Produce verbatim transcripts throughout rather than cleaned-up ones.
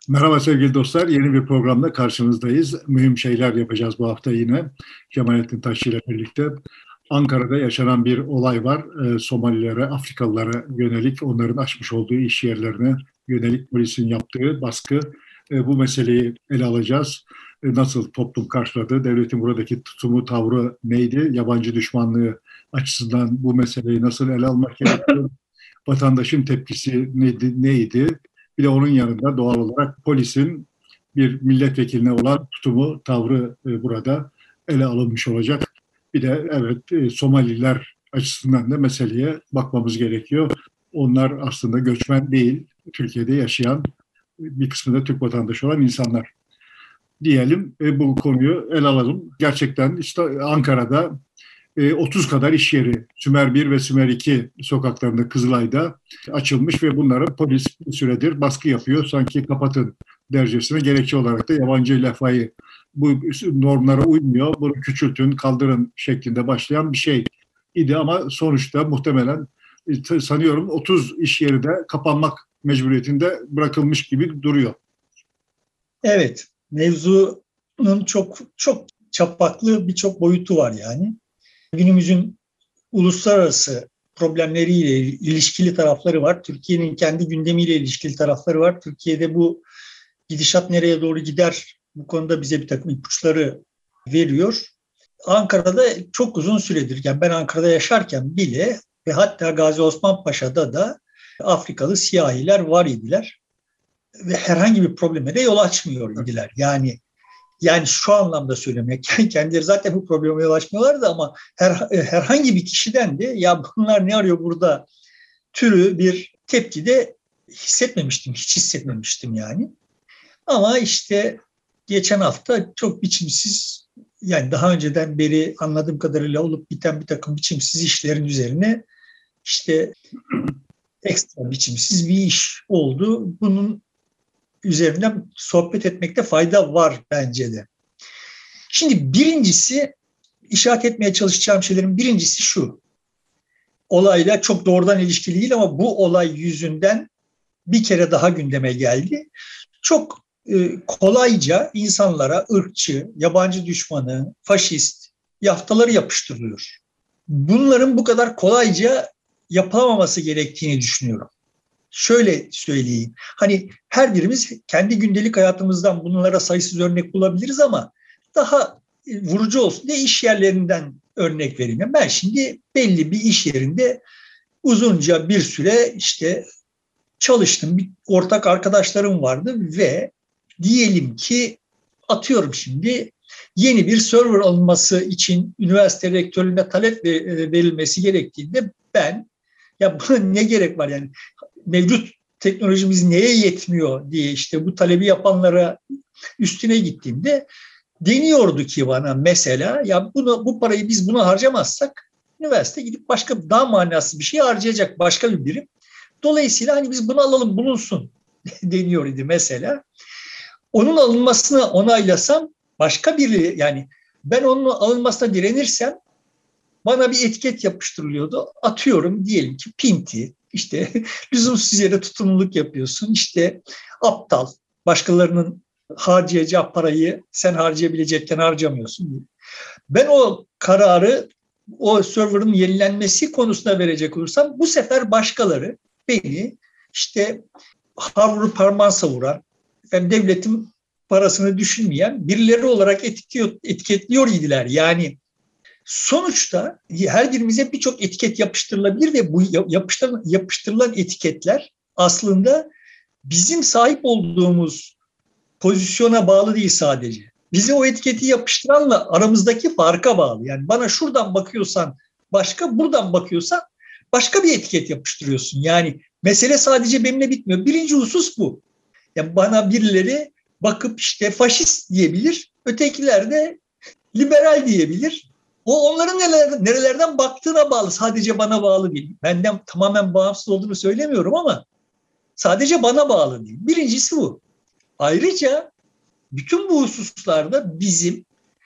Merhaba sevgili dostlar, yeni bir programda karşınızdayız. Mühim şeyler yapacağız bu hafta yine. Cemalettin Taşçı ile birlikte. Ankara'da yaşanan bir olay var. Ee, Somalilere, Afrikalılara yönelik, onların açmış olduğu iş yerlerine yönelik polisin yaptığı baskı. Ee, bu meseleyi ele alacağız. Ee, nasıl toplum karşıladı, devletin buradaki tutumu, tavrı neydi? Yabancı düşmanlığı açısından bu meseleyi nasıl ele almak gerekiyor? Vatandaşın tepkisi neydi? neydi? Bir de onun yanında doğal olarak polisin bir milletvekiline olan tutumu, tavrı e, burada ele alınmış olacak. Bir de evet e, Somaliler açısından da meseleye bakmamız gerekiyor. Onlar aslında göçmen değil, Türkiye'de yaşayan, bir kısmı da Türk vatandaşı olan insanlar. Diyelim e, bu konuyu ele alalım. Gerçekten işte Ankara'da otuz kadar iş yeri Sümer bir ve Sümer iki sokaklarında Kızılay'da açılmış ve bunlara polis bir süredir baskı yapıyor. Sanki kapatın dercesine, gerekçe olarak da yabancı lafayı bu normlara uymuyor, bunu küçültün, kaldırın şeklinde başlayan bir şey idi ama sonuçta muhtemelen sanıyorum otuz iş yeri de kapanmak mecburiyetinde bırakılmış gibi duruyor. Evet, mevzunun çok çok çapaklı birçok boyutu var yani. Günümüzün uluslararası problemleriyle ilişkili tarafları var. Türkiye'nin kendi gündemiyle ilişkili tarafları var. Türkiye'de bu gidişat nereye doğru gider, bu konuda bize bir takım ipuçları veriyor. Ankara'da çok uzun süredir, yani ben Ankara'da yaşarken bile ve hatta Gazi Osman Paşa'da da Afrikalı siyahiler var idiler. Ve herhangi bir probleme de yol açmıyor idiler. Yani Yani şu anlamda söylüyorum. Kendileri zaten bu probleme yol açmıyorlardı ama her, herhangi bir kişiden de ya bunlar ne arıyor burada türü bir tepki de hissetmemiştim. Hiç hissetmemiştim yani. Ama işte geçen hafta çok biçimsiz, yani daha önceden beri anladığım kadarıyla olup biten bir takım biçimsiz işlerin üzerine işte ekstra biçimsiz bir iş oldu. Bunun üzerinden sohbet etmekte fayda var bence de. Şimdi birincisi, işaret etmeye çalışacağım şeylerin birincisi şu. Olayla çok doğrudan ilişkili değil ama bu olay yüzünden bir kere daha gündeme geldi. Çok e, kolayca insanlara ırkçı, yabancı düşmanı, faşist yaftaları yapıştırılıyor. Bunların bu kadar kolayca yapılamaması gerektiğini düşünüyorum. Şöyle söyleyeyim, hani her birimiz kendi gündelik hayatımızdan bunlara sayısız örnek bulabiliriz ama daha vurucu olsun diye iş yerlerinden örnek vereyim. Ben şimdi belli bir iş yerinde uzunca bir süre işte çalıştım, bir ortak arkadaşlarım vardı ve diyelim ki atıyorum şimdi yeni bir server alınması için üniversite rektörlüğüne talep verilmesi gerektiğinde ben ya ne gerek var yani mevcut teknolojimiz neye yetmiyor diye işte bu talebi yapanlara üstüne gittiğimde deniyordu ki bana mesela ya bunu, bu parayı biz buna harcamazsak üniversite gidip başka daha manasız bir şey harcayacak başka bir birim. Dolayısıyla hani biz bunu alalım bulunsun deniyor idi mesela. Onun alınmasını onaylasam başka biri, yani ben onun alınmasına direnirsem bana bir etiket yapıştırılıyordu. Atıyorum diyelim ki pinti, işte lüzumsuz yere tutumluluk yapıyorsun, işte aptal, başkalarının harcayacağı parayı sen harcayabilecekken harcamıyorsun. Ben o kararı o server'ın yenilenmesi konusunda verecek olursam bu sefer başkaları beni işte harvuru parmağı savuran, yani devletin parasını düşünmeyen birileri olarak etiketliyor, etiketliyor idiler. Yani sonuçta her birimize birçok etiket yapıştırılabilir ve bu yapıştırılan, yapıştırılan etiketler aslında bizim sahip olduğumuz pozisyona bağlı değil sadece. Bize o etiketi yapıştıranla aramızdaki farka bağlı. Yani bana şuradan bakıyorsan başka, buradan bakıyorsan başka bir etiket yapıştırıyorsun. Yani mesele sadece benimle bitmiyor. Birinci husus bu. Yani bana birileri bakıp işte faşist diyebilir, ötekiler de liberal diyebilir. O onların nelerden, nerelerden baktığına bağlı, sadece bana bağlı değil. Benden tamamen bağımsız olduğunu söylemiyorum ama sadece bana bağlı değil. Birincisi bu. Ayrıca bütün bu hususlarda bizim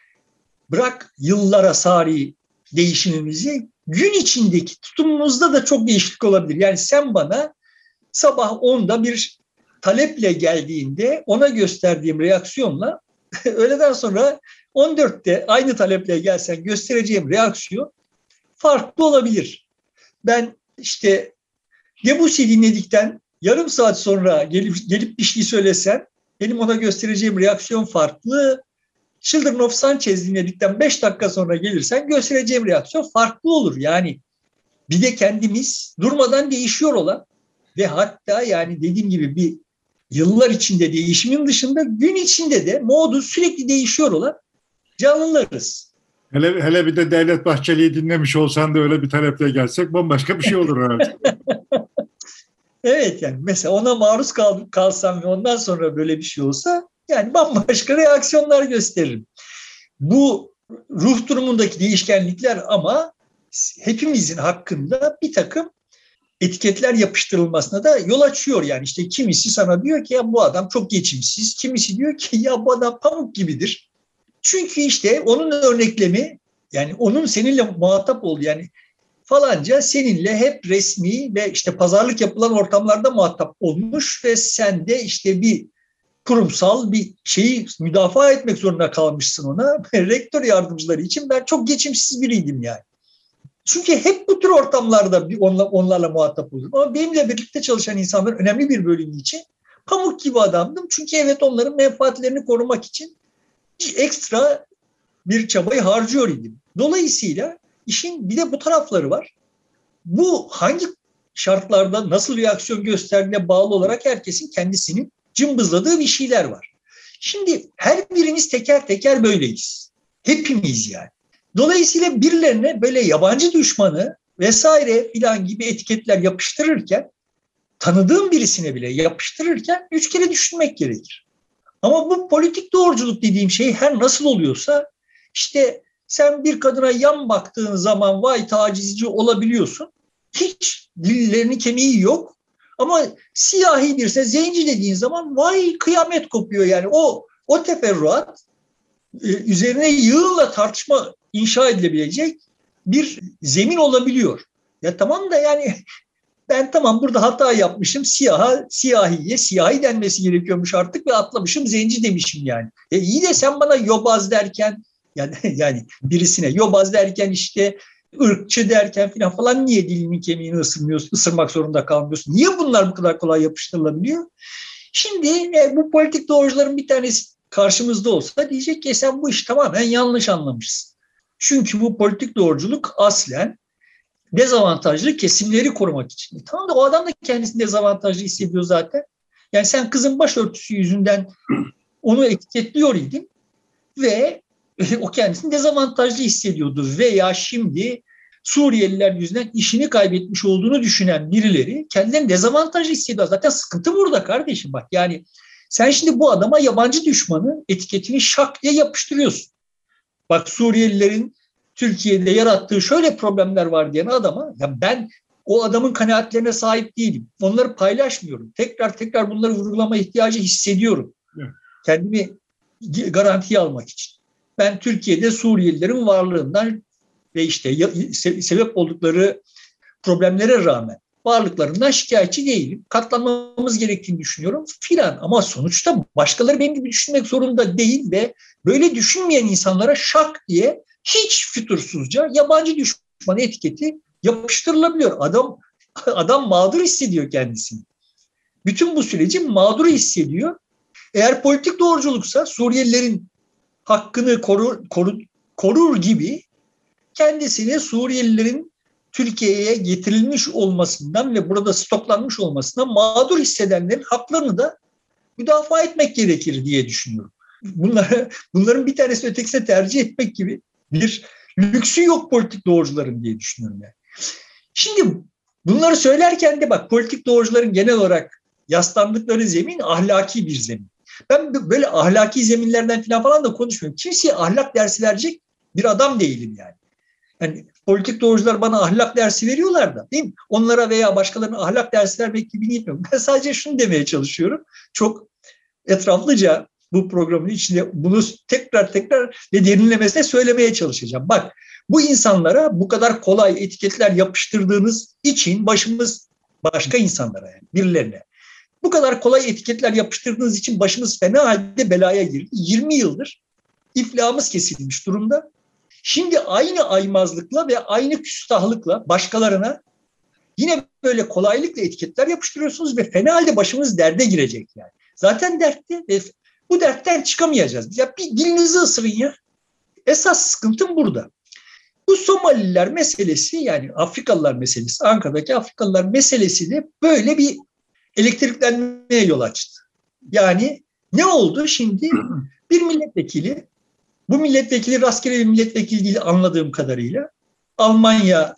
bırak yıllara sari değişimimizi, gün içindeki tutumumuzda da çok değişiklik olabilir. Yani sen bana sabah onda bir taleple geldiğinde ona gösterdiğim reaksiyonla öğleden sonra on dörtte aynı taleple gelsen göstereceğim reaksiyon farklı olabilir. Ben işte Debussy dinledikten yarım saat sonra gelip, gelip bir şey söylesen benim ona göstereceğim reaksiyon farklı. Children of Sanchez dinledikten beş dakika sonra gelirsen göstereceğim reaksiyon farklı olur. Yani bir de kendimiz durmadan değişiyor olan ve hatta yani dediğim gibi bir yıllar içinde değişimin dışında gün içinde de modu sürekli değişiyor olan canlılarız. Hele, hele bir de Devlet Bahçeli'yi dinlemiş olsan da öyle bir taleple gelsek bambaşka bir şey olur herhalde. Evet yani mesela ona maruz kal, kalsam ve ondan sonra böyle bir şey olsa yani bambaşka reaksiyonlar gösteririm. Bu ruh durumundaki değişkenlikler ama hepimizin hakkında bir takım etiketler yapıştırılmasına da yol açıyor. Yani işte kimisi sana diyor ki ya bu adam çok geçimsiz, kimisi diyor ki ya bu adam pamuk gibidir. Çünkü işte onun örneklemi yani onun seninle muhatap olduğu yani falanca seninle hep resmi ve işte pazarlık yapılan ortamlarda muhatap olmuş ve sen de işte bir kurumsal bir şeyi müdafaa etmek zorunda kalmışsın ona. Rektör yardımcıları için ben çok geçimsiz biriydim yani. Çünkü hep bu tür ortamlarda onla, onlarla muhatap olurum. Ama benimle birlikte çalışan insanların önemli bir bölümü için pamuk gibi adamdım. Çünkü evet onların menfaatlerini korumak için ekstra bir çabayı harcıyor idim. Dolayısıyla işin bir de bu tarafları var. Bu hangi şartlarda nasıl reaksiyon gösterdiğine bağlı olarak herkesin kendisinin cımbızladığı bir şeyler var. Şimdi her birimiz teker teker böyleyiz. Hepimiz yani. Dolayısıyla birilerine böyle yabancı düşmanı vesaire filan gibi etiketler yapıştırırken tanıdığım birisine bile yapıştırırken üç kere düşünmek gerekir. Ama bu politik doğruculuk dediğim şey her nasıl oluyorsa işte sen bir kadına yan baktığın zaman vay tacizci olabiliyorsun. Hiç dillerinin kemiği yok. Ama siyahi birse zenci dediğin zaman vay kıyamet kopuyor yani. O o teferruat üzerine yığınla tartışma inşa edilebilecek bir zemin olabiliyor. Ya tamam da yani ben tamam burada hata yapmışım. Siyaha, siyahiye siyahi denmesi gerekiyormuş artık ve atlamışım zenci demişim yani. E iyi de sen bana yobaz derken yani yani birisine yobaz derken işte ırkçı derken falan falan niye dilinin kemiğini ısırmıyorsun, ısırmak zorunda kalmıyorsun? Niye bunlar bu kadar kolay yapıştırılabiliyor? Şimdi e, bu politik doğrucuların bir tanesi karşımızda olsa diyecek ki sen bu işi tamamen yanlış anlamışsın. Çünkü bu politik doğruculuk aslen dezavantajlı kesimleri korumak için. E tamam da o adam da kendisini dezavantajlı hissediyor zaten. Yani sen kızın başörtüsü yüzünden onu etiketliyor idin ve o kendisini dezavantajlı hissediyordu. Veya şimdi Suriyeliler yüzünden işini kaybetmiş olduğunu düşünen birileri kendilerini dezavantajlı hissediyor. Zaten sıkıntı burada kardeşim bak. Yani sen şimdi bu adama yabancı düşmanı etiketini şak diye yapıştırıyorsun. Bak Suriyelilerin Türkiye'de yarattığı şöyle problemler var diyen adama ya ben o adamın kanaatlerine sahip değilim. Onları paylaşmıyorum. Tekrar tekrar bunları vurgulama ihtiyacı hissediyorum. Kendimi garantiye almak için. Ben Türkiye'de Suriyelilerin varlığından ve işte sebep oldukları problemlere rağmen varlıklarından şikayetçi değilim. Katlanmamız gerektiğini düşünüyorum filan. Ama sonuçta başkaları benim gibi düşünmek zorunda değil ve böyle düşünmeyen insanlara şak diye hiç fütursuzca yabancı düşman etiketi yapıştırılabiliyor. Adam adam mağdur hissediyor kendisini. Bütün bu süreci mağdur hissediyor. Eğer politik doğruculuksa Suriyelilerin hakkını korur, korur, korur gibi kendisini Suriyelilerin Türkiye'ye getirilmiş olmasından ve burada stoklanmış olmasından mağdur hissedenlerin haklarını da müdafaa etmek gerekir diye düşünüyorum. Bunları, bunların bir tanesi ötekisine tercih etmek gibi bir lüksü yok politik doğrucuların diye düşünüyorum yani. Şimdi bunları söylerken de bak politik doğrucuların genel olarak yaslandıkları zemin ahlaki bir zemin. Ben böyle ahlaki zeminlerden falan falan da konuşmuyorum. Kimseye ahlak dersi verecek bir adam değilim yani. Yani politik doğrucular bana ahlak dersi veriyorlar da değil mi? Onlara veya başkalarına ahlak dersi vermek gibi gitmiyorum. Ben sadece şunu demeye çalışıyorum. Çok etraflıca bu programın içinde bunu tekrar tekrar ve derinlemesine söylemeye çalışacağım. Bak bu insanlara bu kadar kolay etiketler yapıştırdığınız için başımız başka insanlara yani birilerine Bu kadar kolay etiketler yapıştırdığınız için başımız fena halde belaya girdi. yirmi yıldır iflahımız kesilmiş durumda. Şimdi aynı aymazlıkla ve aynı küstahlıkla başkalarına yine böyle kolaylıkla etiketler yapıştırıyorsunuz ve fena halde başımız derde girecek yani. Zaten dertte ve bu dertten çıkamayacağız. Ya bir dilinizi ısırın ya. Esas sıkıntım burada. Bu Somalililer meselesi, yani Afrikalılar meselesi, Ankara'daki Afrikalılar meselesi de böyle bir elektriklenmeye yol açtı. Yani ne oldu şimdi? Bir milletvekili, bu milletvekili rastgele bir milletvekili değil anladığım kadarıyla, Almanya'da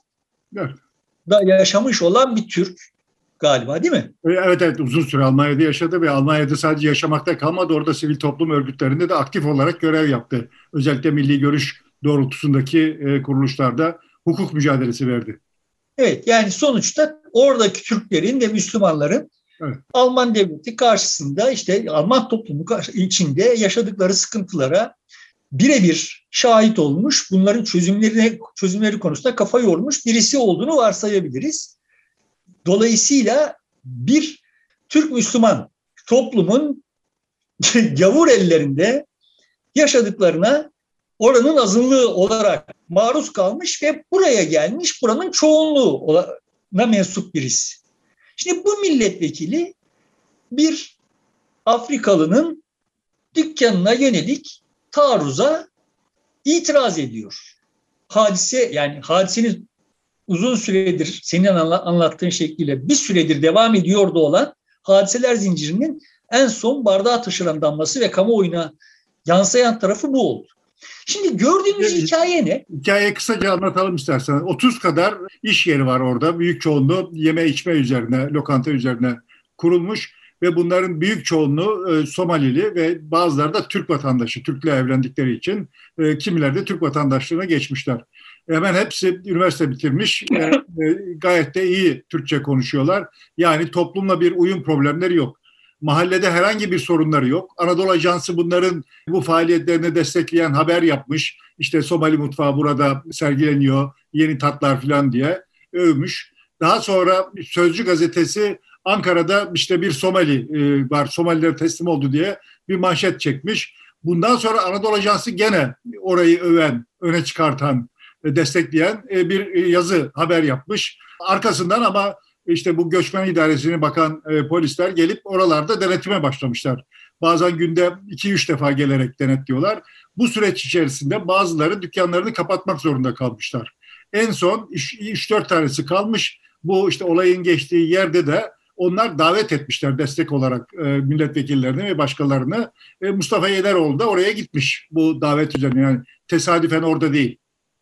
evet. yaşamış olan bir Türk galiba, değil mi? Evet evet, uzun süre Almanya'da yaşadı ve Almanya'da sadece yaşamakta kalmadı. Orada sivil toplum örgütlerinde de aktif olarak görev yaptı. Özellikle Milli Görüş doğrultusundaki e, kuruluşlarda hukuk mücadelesi verdi. Evet, yani sonuçta oradaki Türklerin ve Müslümanların evet. Alman devleti karşısında, işte Alman toplumu içinde yaşadıkları sıkıntılara birebir şahit olmuş, bunların çözümlerine çözümleri konusunda kafa yormuş birisi olduğunu varsayabiliriz. Dolayısıyla bir Türk-Müslüman toplumun gavur ellerinde yaşadıklarına oranın azınlığı olarak maruz kalmış ve buraya gelmiş, buranın çoğunluğuna mensup birisi. Şimdi bu milletvekili bir Afrikalının dükkanına yönelik taarruza itiraz ediyor. Hadise, yani hadisenin uzun süredir senin anlattığın şekliyle bir süredir devam ediyordu olan hadiseler zincirinin en son bardağa taşıran damlası ve kamuoyuna yansıyan tarafı bu oldu. Şimdi gördüğümüz evet, hikaye ne? Hikayeyi kısaca anlatalım istersen. otuz kadar iş yeri var orada. Büyük çoğunluğu yeme içme üzerine, lokanta üzerine kurulmuş ve bunların büyük çoğunluğu e, Somalili ve bazıları da Türk vatandaşı. Türk'le evlendikleri için e, kimileri de Türk vatandaşlığına geçmişler. Hemen hepsi üniversite bitirmiş. E, e, gayet de iyi Türkçe konuşuyorlar. Yani toplumla bir uyum problemleri yok. Mahallede herhangi bir sorunları yok. Anadolu Ajansı bunların bu faaliyetlerini destekleyen haber yapmış. İşte Somali mutfağı burada sergileniyor, yeni tatlar falan diye övmüş. Daha sonra Sözcü gazetesi Ankara'da işte bir Somali var, Somaliler teslim oldu diye bir manşet çekmiş. Bundan sonra Anadolu Ajansı gene orayı öven, öne çıkartan, destekleyen bir yazı haber yapmış. Arkasından ama İşte bu göçmen idaresine bakan e, polisler gelip oralarda denetime başlamışlar. Bazen günde iki üç defa gelerek denetliyorlar. Bu süreç içerisinde bazıları dükkanlarını kapatmak zorunda kalmışlar. En son üç dört tanesi kalmış. Bu işte olayın geçtiği yerde de onlar davet etmişler destek olarak e, milletvekillerini ve başkalarını. E, Mustafa Yeneroğlu da oraya gitmiş bu davet üzerine. Yani tesadüfen orada değil.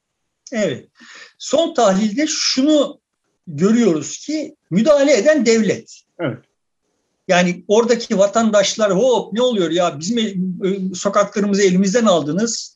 Evet. Son tahlilde şunu görüyoruz ki müdahale eden devlet. Evet. Yani oradaki vatandaşlar hop ne oluyor ya bizim sokaklarımızı elimizden aldınız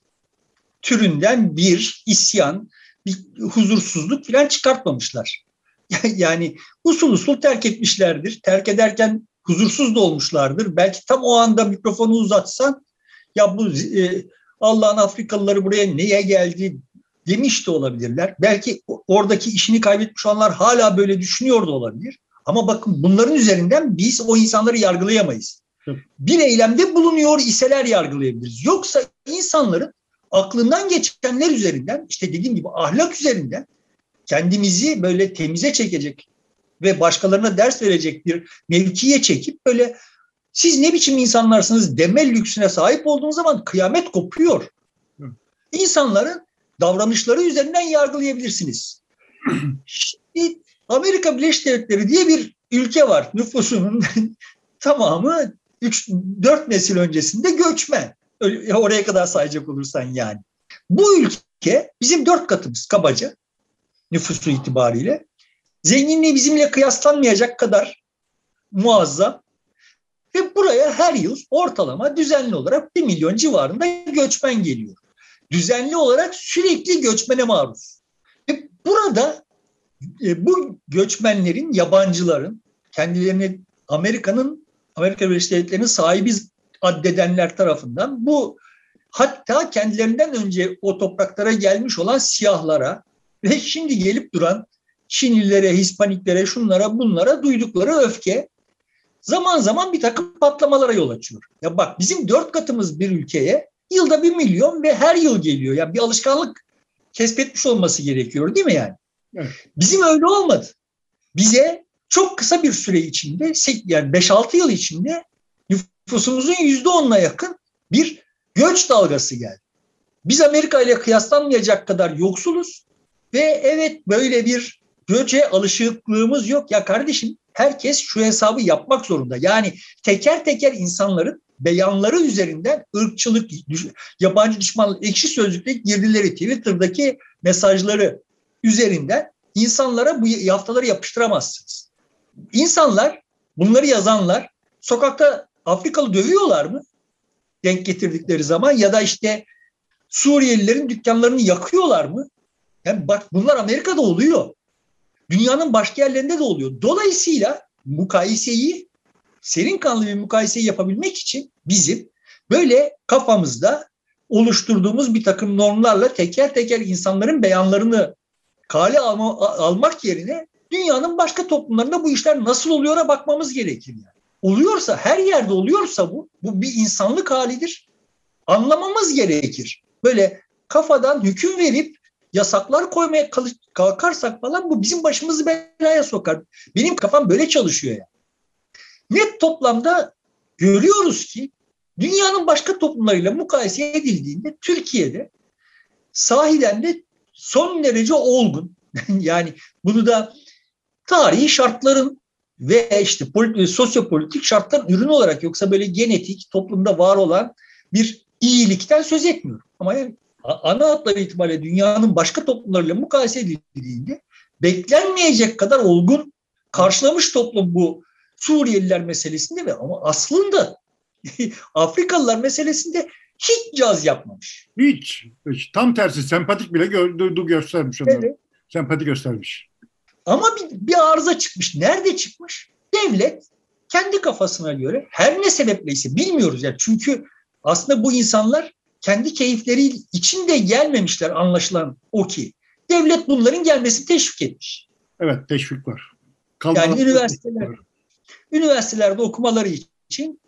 türünden bir isyan, bir huzursuzluk falan çıkartmamışlar. Yani usul usul terk etmişlerdir. Terk ederken huzursuz da olmuşlardır. Belki tam o anda mikrofonu uzatsan ya bu e, Allah'ın Afrikalıları buraya neye geldi demiş de olabilirler. Belki oradaki işini kaybetmiş olanlar hala böyle düşünüyor da olabilir. Ama bakın bunların üzerinden biz o insanları yargılayamayız. Bir eylemde bulunuyor iseler yargılayabiliriz. Yoksa insanların aklından geçenler üzerinden, işte dediğim gibi ahlak üzerinden kendimizi böyle temize çekecek ve başkalarına ders verecek bir mevkiye çekip böyle siz ne biçim insanlarsınız deme lüksüne sahip olduğunuz zaman kıyamet kopuyor. İnsanların davranışları üzerinden yargılayabilirsiniz. Şimdi Amerika Birleşik Devletleri diye bir ülke var. Nüfusunun tamamı üç dört nesil öncesinde göçmen. Oraya kadar sayacak olursan yani. Bu ülke bizim dört katımız kabaca nüfusu itibariyle. Zenginliği bizimle kıyaslanmayacak kadar muazzam. Ve buraya her yıl ortalama düzenli olarak bir milyon civarında göçmen geliyor. Düzenli olarak sürekli göçmene maruz. Ve burada e, bu göçmenlerin, yabancıların kendilerini Amerika'nın, Amerika Birleşik Devletleri'nin sahibi addedenler tarafından bu hatta kendilerinden önce o topraklara gelmiş olan siyahlara ve şimdi gelip duran Çinlilere, Hispaniklere, şunlara bunlara duydukları öfke zaman zaman bir takım patlamalara yol açıyor. Ya bak, bizim dört katımız bir ülkeye yılda bir milyon ve her yıl geliyor. Yani bir alışkanlık kesbetmiş olması gerekiyor, değil mi yani? Evet. Bizim öyle olmadı. Bize çok kısa bir süre içinde, yani beş altı yıl içinde nüfusumuzun yüzde onuna yakın bir göç dalgası geldi. Biz Amerika ile kıyaslanmayacak kadar yoksuluz ve evet, böyle bir göçe alışıklığımız yok. Ya kardeşim, herkes şu hesabı yapmak zorunda. Yani teker teker insanların beyanları üzerinden ırkçılık, yabancı düşmanlık, ekşi sözlükteki girdileri, Twitter'daki mesajları üzerinden insanlara bu yaftaları yapıştıramazsınız. İnsanlar, bunları yazanlar sokakta Afrikalı dövüyorlar mı? Denk getirdikleri zaman, ya da işte Suriyelilerin dükkanlarını yakıyorlar mı? Yani bak, bunlar Amerika'da oluyor. Dünyanın başka yerlerinde de oluyor. Dolayısıyla mukayeseyi, serin kanlı bir mukayeseyi yapabilmek için bizim böyle kafamızda oluşturduğumuz bir takım normlarla teker teker insanların beyanlarını kale alma, almak yerine dünyanın başka toplumlarında bu işler nasıl oluyor'a bakmamız gerekir. Yani. Oluyorsa, her yerde oluyorsa bu, bu bir insanlık halidir. Anlamamız gerekir. Böyle kafadan hüküm verip yasaklar koymaya kalkarsak falan, bu bizim başımızı belaya sokar. Benim kafam böyle çalışıyor yani. Net toplamda görüyoruz ki dünyanın başka toplumlarıyla mukayese edildiğinde Türkiye'de sahiden de son derece olgun. Yani bunu da tarihi şartların ve işte sosyopolitik şartların ürünü olarak, yoksa böyle genetik, toplumda var olan bir iyilikten söz etmiyorum. Ama yani ana hatları itibariyle dünyanın başka toplumlarıyla mukayese edildiğinde beklenmeyecek kadar olgun karşılamış toplum bu Suriyeliler meselesinde, ve ama aslında Afrikalılar meselesinde hiç caz yapmamış. Hiç. hiç. Tam tersi, sempatik bile gö- göstermiş onları. Evet. Sempati göstermiş. Ama bir, bir arıza çıkmış. Nerede çıkmış? Devlet kendi kafasına göre, her ne sebepleyse bilmiyoruz ya. Çünkü aslında bu insanlar kendi keyifleri içinde gelmemişler, anlaşılan o ki. Devlet bunların gelmesini teşvik etmiş. Evet, teşvik var. Kalmalar yani üniversiteler, var. Üniversitelerde okumaları için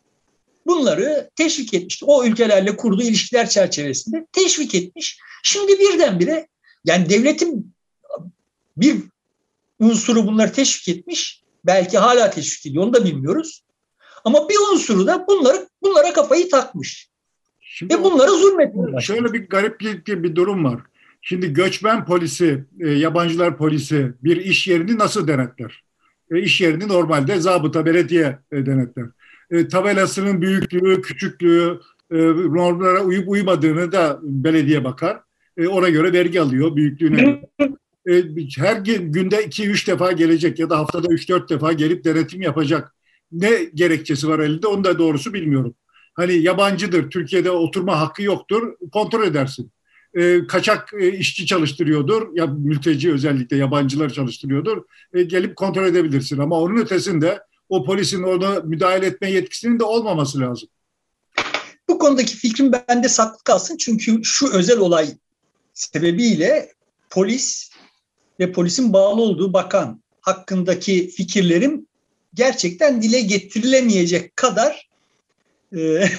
bunları teşvik etmiş. O ülkelerle kurduğu ilişkiler çerçevesinde teşvik etmiş. Şimdi birdenbire, yani devletin bir unsuru bunları teşvik etmiş. Belki hala teşvik ediyor, onu da bilmiyoruz. Ama bir unsuru da bunları, bunlara kafayı takmış. Şimdi ve bunlara zulmetmeye başlamış. Şöyle bir gariplik bir durum var. Şimdi göçmen polisi, e, yabancılar polisi bir iş yerini nasıl denetler? E, iş yerini normalde zabıta, belediye e, denetler. E, tabelasının büyüklüğü, küçüklüğü, e, normlara uyup uymadığını da belediye bakar. E, ona göre vergi alıyor, büyüklüğüne göre. E, her günde iki üç defa gelecek ya da haftada üç dört defa gelip denetim yapacak. Ne gerekçesi var elinde, onu da doğrusu bilmiyorum. Hani yabancıdır, Türkiye'de oturma hakkı yoktur, kontrol edersin. E, kaçak e, işçi çalıştırıyordur, ya mülteci özellikle yabancılar çalıştırıyordur, e, gelip kontrol edebilirsin. Ama onun ötesinde o polisin orada müdahale etme yetkisinin de olmaması lazım. Bu konudaki fikrim bende saklı kalsın, çünkü şu özel olay sebebiyle polis ve polisin bağlı olduğu bakan hakkındaki fikirlerim gerçekten dile getirilemeyecek kadar e,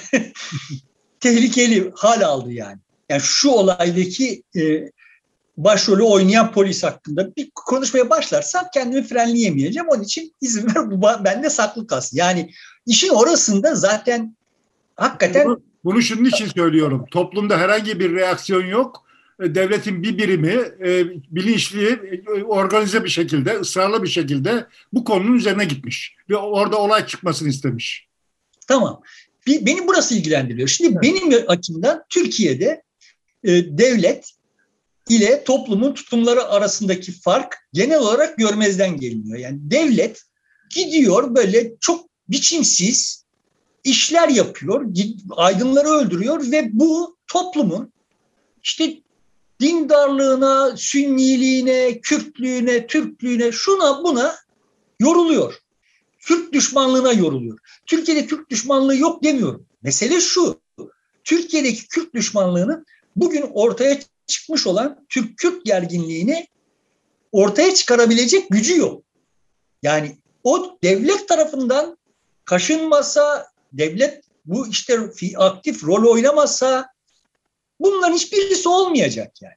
tehlikeli hal aldı yani. Yani şu olaydaki e, başrolü oynayan polis hakkında bir konuşmaya başlarsam kendimi frenleyemeyeceğim. Onun için izin ver, bu bende saklı kalsın. Yani işin orasında zaten hakikaten... Bunu, bunu şunun için söylüyorum. Toplumda herhangi bir reaksiyon yok. Devletin bir birimi e, bilinçli, organize bir şekilde, ısrarlı bir şekilde bu konunun üzerine gitmiş. Ve orada olay çıkmasını istemiş. Tamam. Beni burası ilgilendiriyor. Şimdi evet. Benim açımdan Türkiye'de e, devlet ile toplumun tutumları arasındaki fark genel olarak görmezden geliniyor. Yani devlet gidiyor böyle çok biçimsiz işler yapıyor, aydınları öldürüyor ve bu toplumun işte dindarlığına, sünniliğine, Kürtlüğüne, Türklüğüne, şuna buna yoruluyor. Türk düşmanlığına yoruluyor. Türkiye'de Türk düşmanlığı yok demiyorum. Mesele şu, Türkiye'deki Kürt düşmanlığının bugün ortaya çıkmış olan Türk-Kürt gerginliğini ortaya çıkarabilecek gücü yok. Yani o devlet tarafından kaşınmasa, devlet bu işte aktif rol oynamasa bunların hiçbirisi olmayacak yani.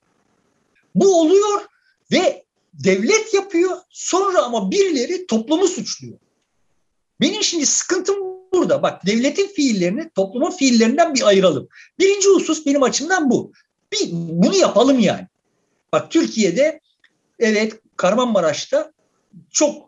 Bu oluyor ve devlet yapıyor, sonra ama birileri toplumu suçluyor. Benim şimdi sıkıntım burada. Bak, devletin fiillerini toplumun fiillerinden bir ayıralım. Birinci husus benim açımdan bu. Bir, bunu yapalım yani. Bak, Türkiye'de evet, Kahramanmaraş'ta çok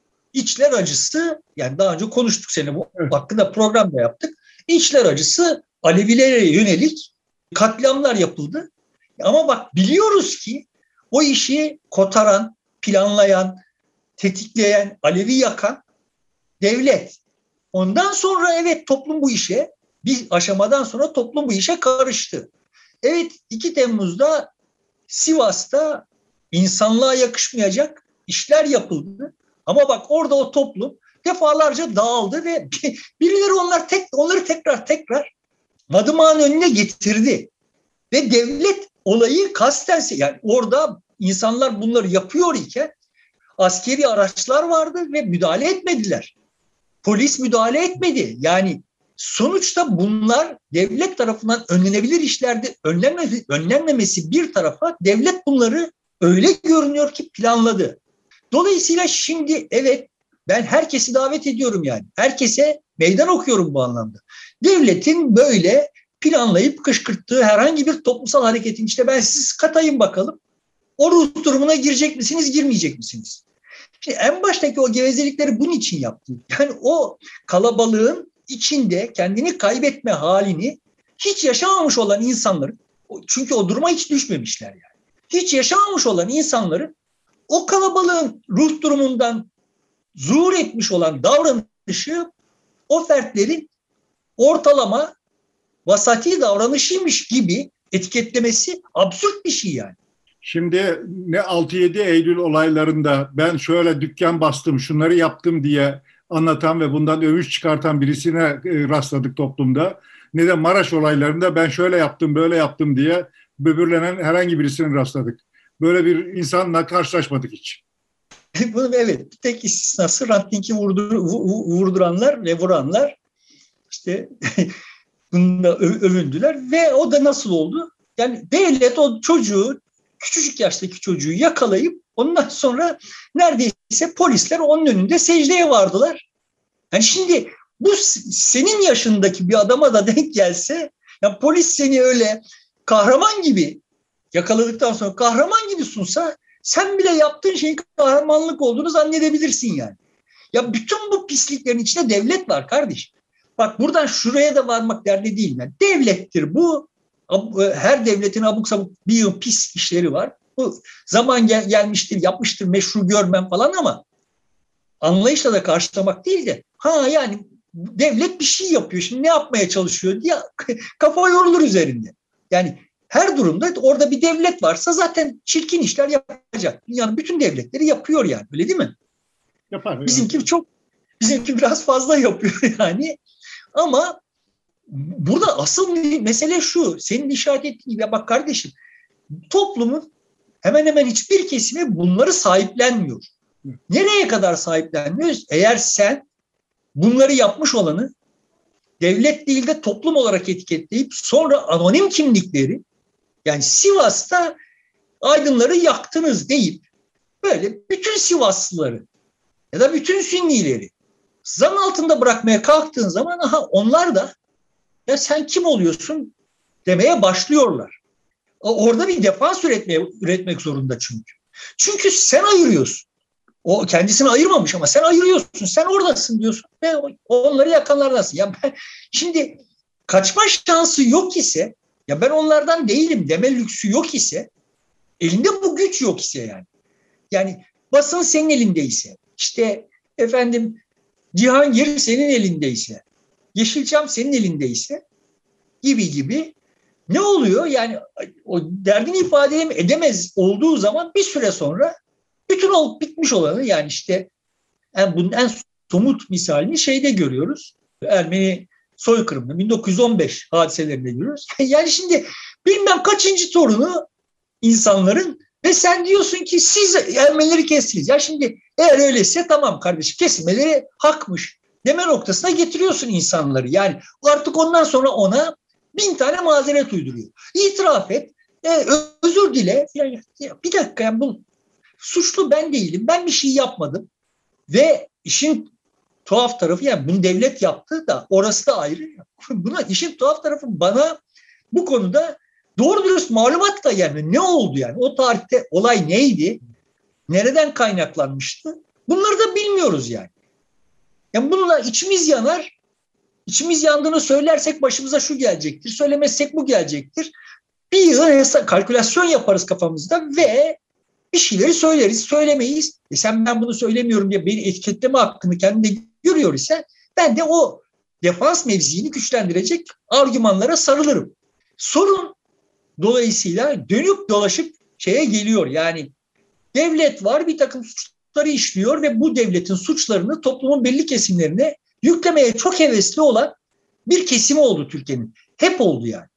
içler acısı, yani daha önce konuştuk seninle bu evet. hakkında program da yaptık. İçler acısı Alevilere yönelik katliamlar yapıldı. Ama bak, biliyoruz ki o işi kotaran, planlayan, tetikleyen, Alevi yakan devlet. Ondan sonra evet toplum bu işe, bir aşamadan sonra toplum bu işe karıştı. Evet, iki Temmuz'da Sivas'ta insanlığa yakışmayacak işler yapıldı. Ama bak, orada o toplum defalarca dağıldı ve birileri onlar tek, onları tekrar tekrar Madımak'ın önüne getirdi. Ve devlet olayı kasten, yani orada insanlar bunları yapıyor iken askeri araçlar vardı ve müdahale etmediler. Polis müdahale etmedi. Yani sonuçta bunlar devlet tarafından önlenebilir işlerde önlenmesi, önlenmemesi bir tarafa, devlet bunları öyle görünüyor ki planladı. Dolayısıyla şimdi evet, ben herkesi davet ediyorum yani. Herkese meydan okuyorum bu anlamda. Devletin böyle planlayıp kışkırttığı herhangi bir toplumsal hareketin işte ben siz katayım bakalım. O ruh durumuna girecek misiniz, girmeyecek misiniz? Şimdi en baştaki o gevezelikleri bunun için yaptı. Yani o kalabalığın içinde kendini kaybetme halini hiç yaşamamış olan insanların, çünkü o duruma hiç düşmemişler yani. Hiç yaşamamış olan insanların o kalabalığın ruh durumundan zuhur etmiş olan davranışı o fertlerin ortalama vasati davranışıymış gibi etiketlemesi absürt bir şey yani. Şimdi ne altı yedi Eylül olaylarında ben şöyle dükkan bastım, şunları yaptım diye anlatan ve bundan övüş çıkartan birisine rastladık toplumda, ne de Maraş olaylarında ben şöyle yaptım, böyle yaptım diye böbürlenen herhangi birisine rastladık. Böyle bir insanla karşılaşmadık hiç. Bunun evet, bir tek istisnası rantingi vurdur, vurduranlar ve vuranlar işte bununla övündüler ve o da nasıl oldu? Yani devlet o çocuğu, küçücük yaştaki çocuğu yakalayıp ondan sonra neredeyse polisler onun önünde secdeye vardılar. Yani şimdi bu senin yaşındaki bir adama da denk gelse, yani polis seni öyle kahraman gibi yakaladıktan sonra kahraman gibi sunsa, sen bile yaptığın şeyin kahramanlık olduğunu zannedebilirsin yani. Ya bütün bu pisliklerin içinde devlet var kardeşim. Bak, buradan şuraya da varmak derdi değil mi? Devlettir bu. Her devletin abuk sabuk bir pis işleri var. Bu zaman gel- gelmiştir, yapmıştır, meşru görmem falan ama anlayışla da karşılamak değil de ha yani devlet bir şey yapıyor, şimdi ne yapmaya çalışıyor diye kafa yorulur üzerinde. Yani her durumda orada bir devlet varsa zaten çirkin işler yapacak. Dünyanın bütün devletleri yapıyor yani, öyle değil mi? Yapar. Bizimki çok, bizimki biraz fazla yapıyor yani. Ama burada asıl mesele şu, senin işaret ettiğin gibi, bak kardeşim, toplumun hemen hemen hiçbir kesimi bunları sahiplenmiyor. Nereye kadar sahiplenmiyoruz? Eğer sen bunları yapmış olanı devlet değil de toplum olarak etiketleyip sonra anonim kimlikleri, yani Sivas'ta aydınları yaktınız deyip böyle bütün Sivaslıları ya da bütün Sünnileri zan altında bırakmaya kalktığın zaman aha onlar da ya sen kim oluyorsun demeye başlıyorlar. Orada bir defans üretmeye, üretmek zorunda çünkü. Çünkü sen ayırıyorsun. O kendisini ayırmamış ama sen ayırıyorsun. Sen oradasın diyorsun ve onları yakanlardasın. Ya ben, şimdi kaçma şansı yok ise, ya ben onlardan değilim deme lüksü yok ise, elinde bu güç yok ise yani. Yani basın senin elindeyse, işte efendim Cihangir senin elindeyse, Yeşilçam senin elindeyse gibi gibi ne oluyor? Yani o derdini ifade edemez olduğu zaman bir süre sonra bütün olup bitmiş olanı, yani işte yani bunun en somut misalini şeyde görüyoruz. Ermeni soykırımı bin dokuz yüz on beş hadiselerinde görüyoruz. Yani şimdi bilmem kaçıncı torunu insanların ve sen diyorsun ki siz Ermenileri kestiniz. Ya şimdi eğer öyleyse tamam kardeşim, kesilmeleri hakmış. deme noktasına getiriyorsun insanları. Yani artık ondan sonra ona bin tane mazeret uyduruyor. İtiraf et, e, özür dile. Yani, ya bir dakika, yani bu suçlu ben değilim, ben bir şey yapmadım. Ve işin tuhaf tarafı, yani bunu devlet yaptı da orası da ayrı. Buna işin tuhaf tarafı, bana bu konuda doğru dürüst malumat da gelmiyor. Ne oldu yani? O tarihte olay neydi? Nereden kaynaklanmıştı? Bunları da bilmiyoruz yani. Yani bununla içimiz yanar. İçimiz yandığını söylersek başımıza şu gelecektir. Söylemezsek bu gelecektir. Bir yıl hesap, kalkülasyon yaparız kafamızda ve bir şeyleri söyleriz, söylemeyiz. E sen ben bunu söylemiyorum diye beni etiketleme hakkını kendinde görüyor ise ben de o defans mevziini güçlendirecek argümanlara sarılırım. Sorun dolayısıyla dönüp dolaşıp şeye geliyor. Yani devlet var, bir takım suçları işliyor ve bu devletin suçlarını toplumun belli kesimlerine yüklemeye çok hevesli olan bir kesimi oldu Türkiye'nin. Hep oldu yani.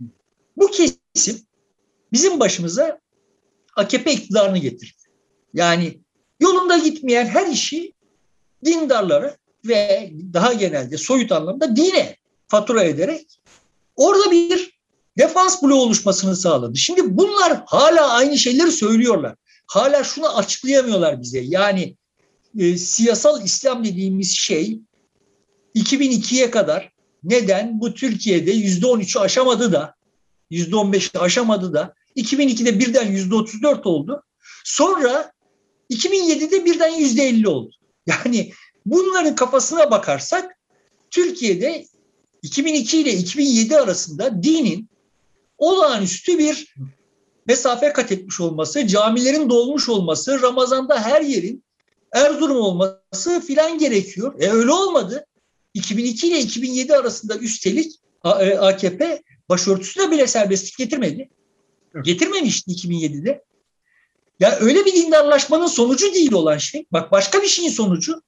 Bu kesim bizim başımıza A K P iktidarını getirdi. Yani yolunda gitmeyen her işi dindarlara ve daha genelde soyut anlamda dine fatura ederek orada bir defans bloğu oluşmasını sağladı. Şimdi bunlar hala aynı şeyleri söylüyorlar. Hala şunu açıklayamıyorlar bize. Yani e, siyasal İslam dediğimiz şey iki bin ikiye kadar neden bu Türkiye'de yüzde on üçü aşamadı da yüzde on beşi aşamadı da iki bin ikide birden yüzde otuz dört oldu. Sonra iki bin yedide birden yüzde elli oldu. Yani bunların kafasına bakarsak Türkiye'de iki bin iki ile iki bin yedi arasında dinin olağanüstü bir mesafe kat etmiş olması, camilerin dolmuş olması, Ramazan'da her yerin Erzurum olması filan gerekiyor. E öyle olmadı. iki bin iki ile iki bin yedi arasında üstelik A K P başörtüsüne bile serbestlik getirmedi. Getirmemişti iki bin yedide. Ya öyle bir dindarlaşmanın sonucu değil olan şey. Bak başka bir şeyin sonucu.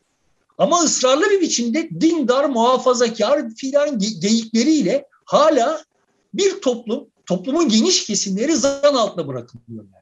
Ama ısrarlı bir biçimde dindar, muhafazakar filan geyikleriyle hala bir toplum, toplumun geniş kesimleri zan altına bırakılıyorlar.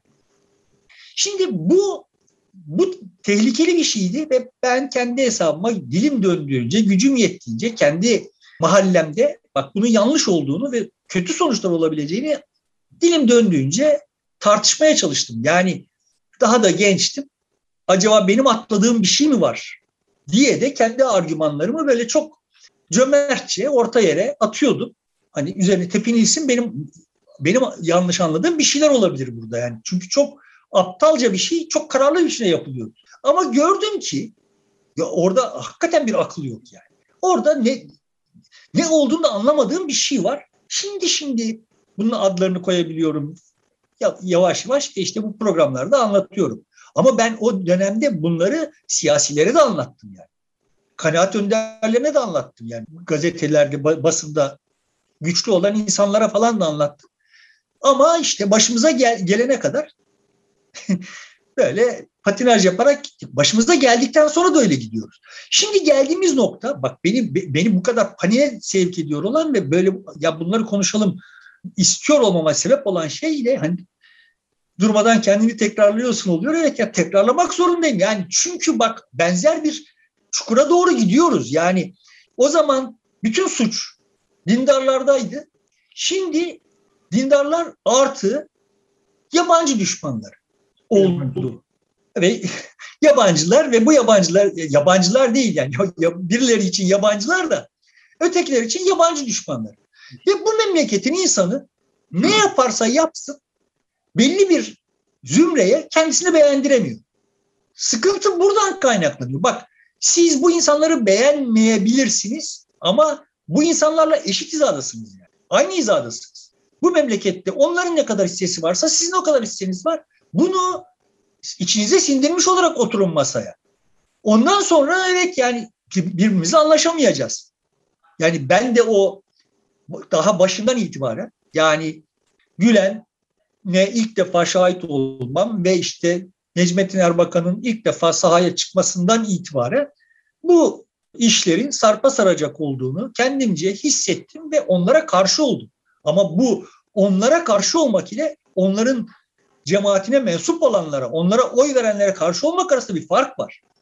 Şimdi bu bu tehlikeli bir şeydi ve ben kendi hesabıma dilim döndüğünce, gücüm yettiğince kendi mahallemde bak bunun yanlış olduğunu ve kötü sonuçlar olabileceğini dilim döndüğünce tartışmaya çalıştım. Yani daha da gençtim. Acaba benim atladığım bir şey mi var diye de kendi argümanlarımı böyle çok cömertçe orta yere atıyordum. Hani üzerine tepinilsin, benim benim yanlış anladığım bir şeyler olabilir burada yani. Çünkü çok aptalca bir şey, çok kararlı bir şey yapılıyor. Ama gördüm ki ya orada hakikaten bir akıl yok yani. Orada ne ne olduğunu da anlamadığım bir şey var. Şimdi şimdi bunun adlarını koyabiliyorum. Yavaş yavaş işte bu programlarda anlatıyorum. Ama ben o dönemde bunları siyasilere de anlattım yani. Kanaat önderlerine de anlattım yani. Gazetelerde, basında güçlü olan insanlara falan da anlattım. Ama işte başımıza gel- gelene kadar böyle patinaj yaparak gittik. Başımıza geldikten sonra da öyle gidiyoruz. Şimdi geldiğimiz nokta, bak beni beni bu kadar paniğe sevk ediyor olan ve böyle ya bunları konuşalım istiyor olmama sebep olan şeyle hani durmadan kendini tekrarlıyorsun oluyor. Evet ya tekrarlamak zorundayım. Yani çünkü bak benzer bir çukura doğru gidiyoruz. Yani o zaman bütün suç dindarlardaydı. Şimdi dindarlar artı yabancı düşmanlar oldu. Ve yabancılar ve bu yabancılar yabancılar değil yani birileri için yabancılar da ötekiler için yabancı düşmanlar. Ve bu memleketin insanı ne yaparsa yapsın belli bir zümreye kendisini beğendiremiyor. Sıkıntı buradan kaynaklanıyor. Bak siz bu insanları beğenmeyebilirsiniz ama bu insanlarla eşit hizadasınız yani. Aynı hizadasınız. Bu memlekette onların ne kadar hissesi varsa sizin o kadar hisseniz var. Bunu içinize sindirmiş olarak oturun masaya. Ondan sonra evet yani birbirimize anlaşamayacağız. Yani ben de o daha başından itibaren yani Gülen'e ilk defa şahit olmam ve işte Necmettin Erbakan'ın ilk defa sahaya çıkmasından itibaren bu işlerin sarpa saracak olduğunu kendimce hissettim ve onlara karşı oldum. Ama bu onlara karşı olmak ile onların cemaatine mensup olanlara, onlara oy verenlere karşı olmak arasında bir fark var.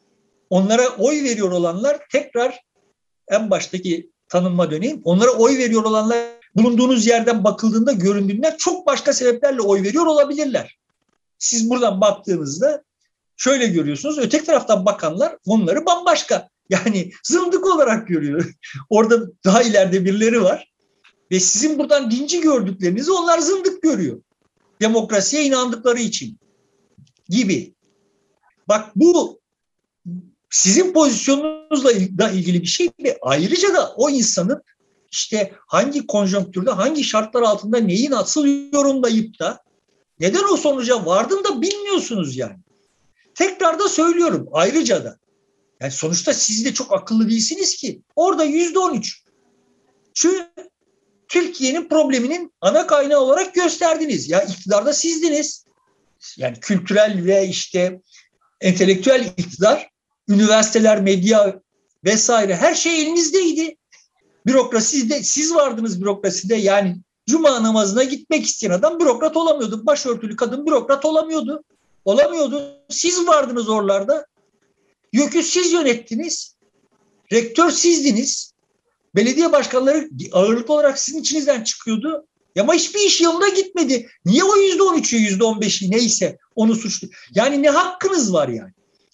onlara oy veriyor olanlar, tekrar en baştaki tanımıma döneyim. Onlara oy veriyor olanlar bulunduğunuz yerden bakıldığında göründüğünden çok başka sebeplerle oy veriyor olabilirler. Siz buradan baktığınızda şöyle görüyorsunuz. Öteki taraftan bakanlar onları bambaşka, yani zındık olarak görüyor. Orada daha ileride birileri var ve sizin buradan dinci gördüklerinizi onlar zındık görüyor. Demokrasiye inandıkları için gibi. Bak, bu sizin pozisyonunuzla da ilgili bir şey ve ayrıca da o insanın işte hangi konjonktürde, hangi şartlar altında neyi nasıl yorumlayıp da neden o sonuca vardığını da bilmiyorsunuz yani. Tekrar da söylüyorum, ayrıca da. Yani sonuçta siz de çok akıllı değilsiniz ki. Orada yüzde on üç. Şu Türkiye'nin probleminin ana kaynağı olarak gösterdiniz. Ya iktidarda sizdiniz. Yani kültürel ve işte entelektüel iktidar, üniversiteler, medya vesaire her şey elinizdeydi. Bürokraside siz vardınız bürokraside. Yani cuma namazına gitmek isteyen adam bürokrat olamıyordu. Başörtülü kadın bürokrat olamıyordu. Olamıyordu. Siz vardınız oralarda. YÖK'ü siz yönettiniz. Rektör sizdiniz. Belediye başkanları ağırlıklı olarak sizin içinizden çıkıyordu. Ama hiçbir iş yolunda gitmedi. Niye o yüzde on üçü, yüzde on beşi neyse onu suçlu? Yani ne hakkınız var yani?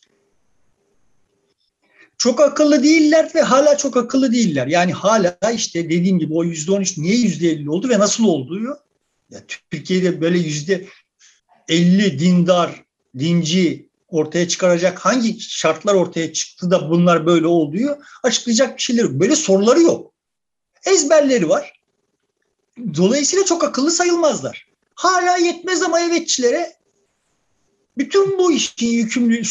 Çok akıllı değiller ve hala çok akıllı değiller. Yani hala işte dediğim gibi o yüzde on üç niye yüzde elli oldu ve nasıl olduğu? Ya Türkiye'de böyle yüzde elli dindar, dinci ortaya çıkaracak hangi şartlar ortaya çıktı da bunlar böyle olduğu açıklayacak bir şeyler yok. Böyle soruları yok. Ezberleri var. Dolayısıyla çok akıllı sayılmazlar. Hala yetmez ama evetçilere bütün bu işin yükümlü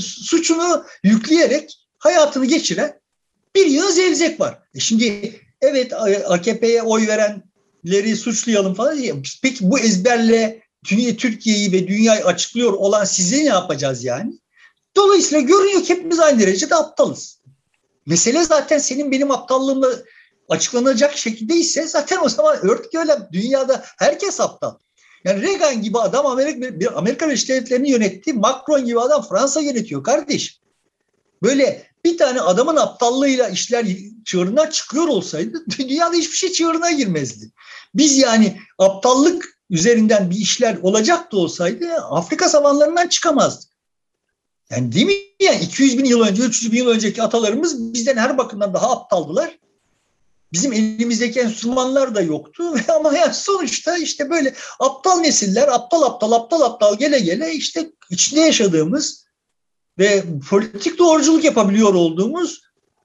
suçunu yükleyerek hayatını geçiren bir yığın zevzek var. E şimdi evet A K P'ye oy verenleri suçlayalım falan diye. Peki bu ezberle dünya, Türkiye'yi ve dünyayı açıklıyor olan size ne yapacağız yani? Dolayısıyla görünüyor ki hepimiz aynı derecede aptalız. Mesele zaten senin benim aptallığımla açıklanacak şekilde ise zaten o zaman örtük öyle, dünyada herkes aptal. Yani Reagan gibi adam Amerika, Amerika Birleşik Devletleri'ni yönetti. Macron gibi adam Fransa yönetiyor kardeş. Böyle bir tane adamın aptallığıyla işler çığırından çıkıyor olsaydı dünyada hiçbir şey çığırına girmezdi. Biz yani aptallık üzerinden bir işler olacak da olsaydı Afrika savanlarından çıkamazdık. Yani değil mi? Yani iki yüz bin yıl önce, üç yüz bin yıl önceki atalarımız bizden her bakımdan daha aptaldılar. Bizim elimizdeki enstrümanlar da yoktu ama yani sonuçta işte böyle aptal nesiller, aptal aptal aptal aptal gele gele işte içinde yaşadığımız ve politik doğruculuk yapabiliyor olduğumuz,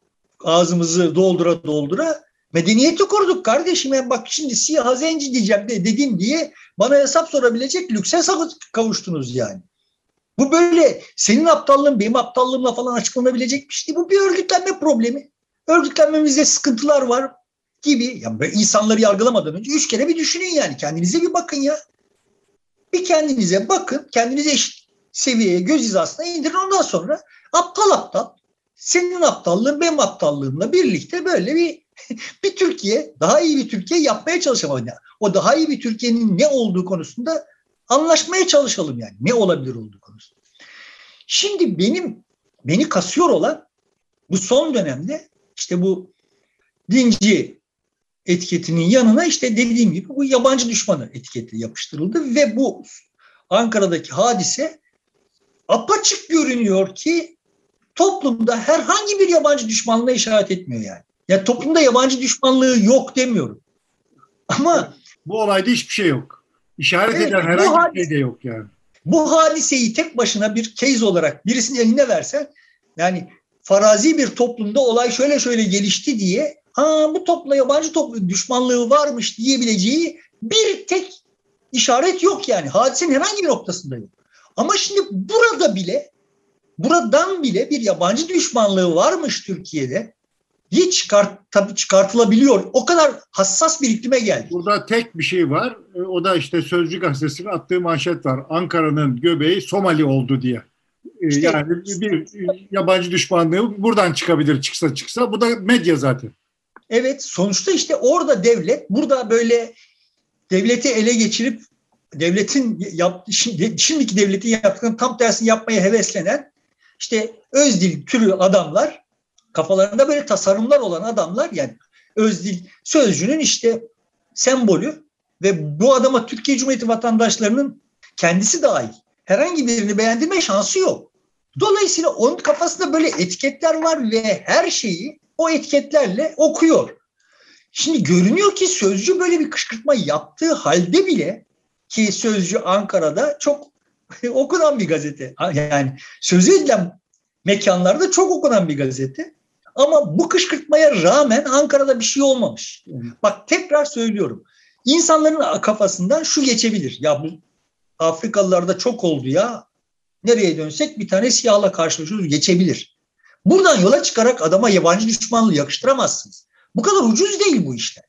ağzımızı doldura doldura medeniyeti kurduk kardeşim. Yani bak şimdi siyah zenci diyeceğim de dedim diye bana hesap sorabilecek lükse kavuştunuz yani. Bu böyle senin aptallığın benim aptallığımla falan açıklanabilecek bir şey değil. Bu bir örgütlenme problemi. Örgütlenmemizde sıkıntılar var gibi. Yani böyle insanları yargılamadan önce üç kere bir düşünün yani. Kendinize bir bakın ya. Bir kendinize bakın. Kendinize eşit seviyeye, göz hizasına indirin. Ondan sonra aptal aptal, senin aptallığın benim aptallığımla birlikte böyle bir bir Türkiye, daha iyi bir Türkiye yapmaya çalışalım. O daha iyi bir Türkiye'nin ne olduğu konusunda anlaşmaya çalışalım yani. Ne olabilir olduğu konusunda. Şimdi benim beni kasıyor olan bu son dönemde işte bu dinci etiketinin yanına işte dediğim gibi bu yabancı düşmanı etiketi yapıştırıldı ve bu Ankara'daki hadise apaçık görünüyor ki toplumda herhangi bir yabancı düşmanlığa işaret etmiyor yani. Ya toplumda yabancı düşmanlığı yok demiyorum. Ama bu olayda hiçbir şey yok. İşaret evet, eden herhangi hadise, bir şey de yok yani. Bu hadiseyi tek başına bir case olarak birisinin eline versen, yani farazi bir toplumda olay şöyle şöyle gelişti diye, ha bu toplumda yabancı toplum düşmanlığı varmış diyebileceği bir tek işaret yok yani. Hadisenin herhangi bir noktasında yok. Ama şimdi burada bile, buradan bile bir yabancı düşmanlığı varmış Türkiye'de. Hiç çıkart, tabii çıkartılabiliyor. O kadar hassas bir iklime geldi. Burada tek bir şey var. O da işte Sözcü Gazetesi'nin attığı manşet var. Ankara'nın göbeği Somali oldu diye. İşte, yani bir yabancı düşmanlığı buradan çıkabilir çıksa çıksa. Bu da medya zaten. Evet, sonuçta işte orada devlet, burada böyle devleti ele geçirip devletin yap, şimdiki devletin yaptığının tam tersini yapmaya heveslenen işte Özdil türü adamlar, kafalarında böyle tasarımlar olan adamlar, yani Özdil sözcüğünün işte sembolü ve bu adama Türkiye Cumhuriyeti vatandaşlarının kendisi dahil herhangi birini beğendirme şansı yok. Dolayısıyla onun kafasında böyle etiketler var ve her şeyi o etiketlerle okuyor. Şimdi görünüyor ki Sözcü böyle bir kışkırtma yaptığı halde bile, ki Sözcü Ankara'da çok okunan bir gazete. Yani sözü edilen mekanlarda çok okunan bir gazete. Ama bu kışkırtmaya rağmen Ankara'da bir şey olmamış. Bak tekrar söylüyorum. İnsanların kafasından şu geçebilir. Ya bu Afrikalılarda çok oldu ya. Nereye dönsek bir tane siyahla karşılaşıyoruz, geçebilir. Buradan yola çıkarak adama yabancı düşmanlığı yakıştıramazsınız. Bu kadar ucuz değil bu işler.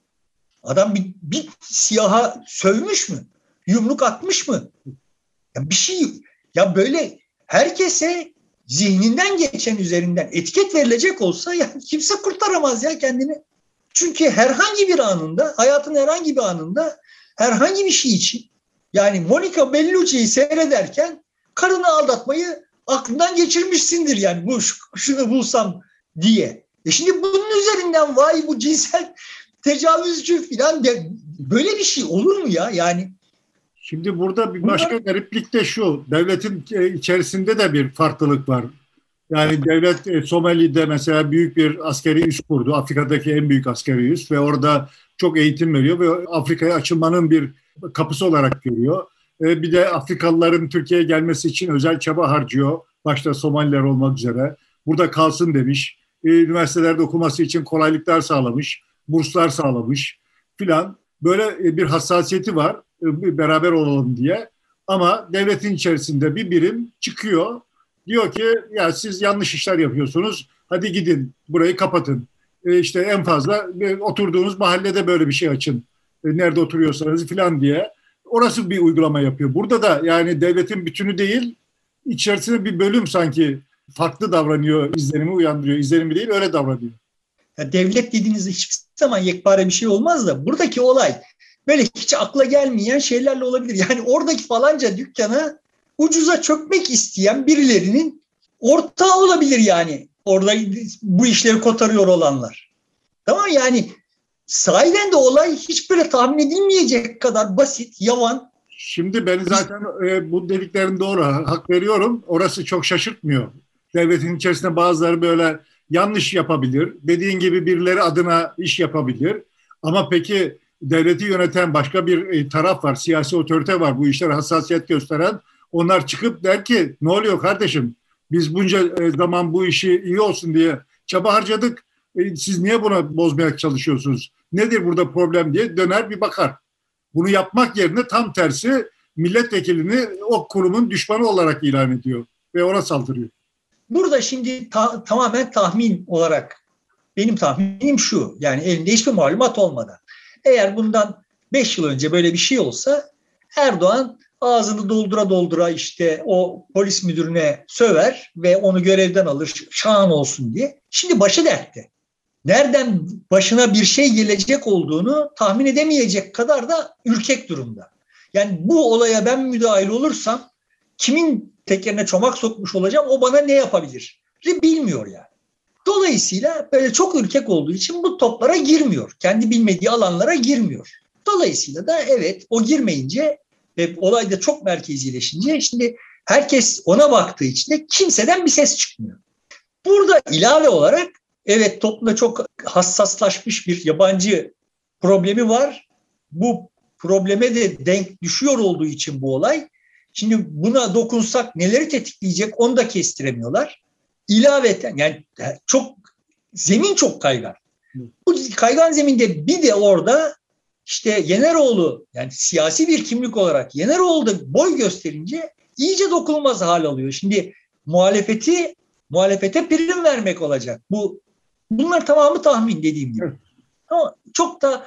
Adam bir, bir siyaha sövmüş mü? Yumruk atmış mı? Ya bir şey, ya böyle herkese zihninden geçen üzerinden etiket verilecek olsa ya kimse kurtaramaz ya kendini. Çünkü herhangi bir anında, hayatın herhangi bir anında herhangi bir şey için, yani Monica Bellucci'yi seyrederken karını aldatmayı aklından geçirmişsindir yani, bu şunu bulsam diye. E şimdi bunun üzerinden vay bu cinsel tecavüzcü falan de, böyle bir şey olur mu ya yani? Şimdi burada bir başka Bunlar... gariplik de şu, devletin içerisinde de bir farklılık var. Yani devlet Somali'de mesela büyük bir askeri üs kurdu. Afrika'daki en büyük askeri üs ve orada çok eğitim veriyor ve Afrika'ya açılmanın bir kapısı olarak görüyor. Bir de Afrikalıların Türkiye'ye gelmesi için özel çaba harcıyor. Başta Somaliler olmak üzere. Burada kalsın demiş. Üniversitelerde okuması için kolaylıklar sağlamış. Burslar sağlamış filan. Böyle bir hassasiyeti var. Beraber olalım diye. Ama devletin içerisinde bir birim çıkıyor. Diyor ki ya siz yanlış işler yapıyorsunuz. Hadi gidin burayı kapatın. E işte en fazla oturduğunuz mahallede böyle bir şey açın. E nerede oturuyorsanız filan diye. Orası bir uygulama yapıyor. Burada da yani devletin bütünü değil, içerisinde bir bölüm sanki farklı davranıyor, izlenimi uyandırıyor. İzlenimi değil, öyle davranıyor. Ya devlet dediğinizde hiçbir zaman yekpare bir şey olmaz da buradaki olay böyle hiç akla gelmeyen şeylerle olabilir. Yani oradaki falanca dükkana ucuza çökmek isteyen birilerinin ortağı olabilir yani. Orada bu işleri kotarıyor olanlar. Tamam, yani sahiden de olay hiç böyle tahmin edilmeyecek kadar basit, yavan. Şimdi ben zaten e, bu dediklerin doğru, hak veriyorum. Orası çok şaşırtmıyor. Devletin içerisinde bazıları böyle yanlış yapabilir. Dediğin gibi birileri adına iş yapabilir. Ama peki devleti yöneten başka bir e, taraf var, siyasi otorite var, bu işlere hassasiyet gösteren. Onlar çıkıp der ki ne oluyor kardeşim? Biz bunca e, zaman bu işi iyi olsun diye çaba harcadık. E, siz niye buna bozmaya çalışıyorsunuz? Nedir burada problem diye döner bir bakar. Bunu yapmak yerine tam tersi milletvekilini o kurumun düşmanı olarak ilan ediyor ve ona saldırıyor. Burada şimdi ta- tamamen tahmin olarak benim tahminim şu, yani elinde hiçbir malumat olmadan. Eğer bundan beş yıl önce böyle bir şey olsa Erdoğan ağzını doldura doldura işte o polis müdürüne söver ve onu görevden alır şan olsun diye. Şimdi başı dertte. Nereden başına bir şey gelecek olduğunu tahmin edemeyecek kadar da ürkek durumda. Yani bu olaya ben müdahil olursam kimin tekerine çomak sokmuş olacağım, o bana ne yapabilir? Bilmiyor yani. Dolayısıyla böyle çok ürkek olduğu için bu toplara girmiyor. Kendi bilmediği alanlara girmiyor. Dolayısıyla da evet, o girmeyince ve olay da çok merkezileşince şimdi herkes ona baktığı için de kimseden bir ses çıkmıyor. Burada ilave olarak evet, toplumda çok hassaslaşmış bir yabancı problemi var. Bu probleme de denk düşüyor olduğu için bu olay. Şimdi buna dokunsak neleri tetikleyecek onu da kestiremiyorlar. İlaveten yani çok zemin çok kaygan. Bu kaygan zeminde bir de orada işte Yeneroğlu, yani siyasi bir kimlik olarak Yeneroğlu da boy gösterince iyice dokunulmaz hal alıyor. Şimdi muhalefeti muhalefete prim vermek olacak. Bu bunlar tamamı tahmin dediğim gibi. Ama çok da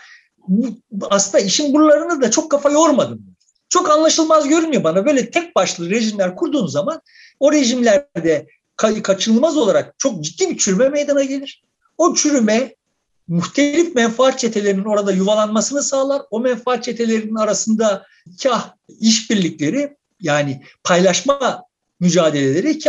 aslında işin buralarını da çok kafa yormadım. Çok anlaşılmaz görünüyor bana. Böyle tek başlı rejimler kurduğun zaman o rejimlerde kaçınılmaz olarak çok ciddi bir çürüme meydana gelir. O çürüme muhtelif menfaat çetelerinin orada yuvalanmasını sağlar. O menfaat çetelerinin arasında kah işbirlikleri, yani paylaşma mücadeleleri, kah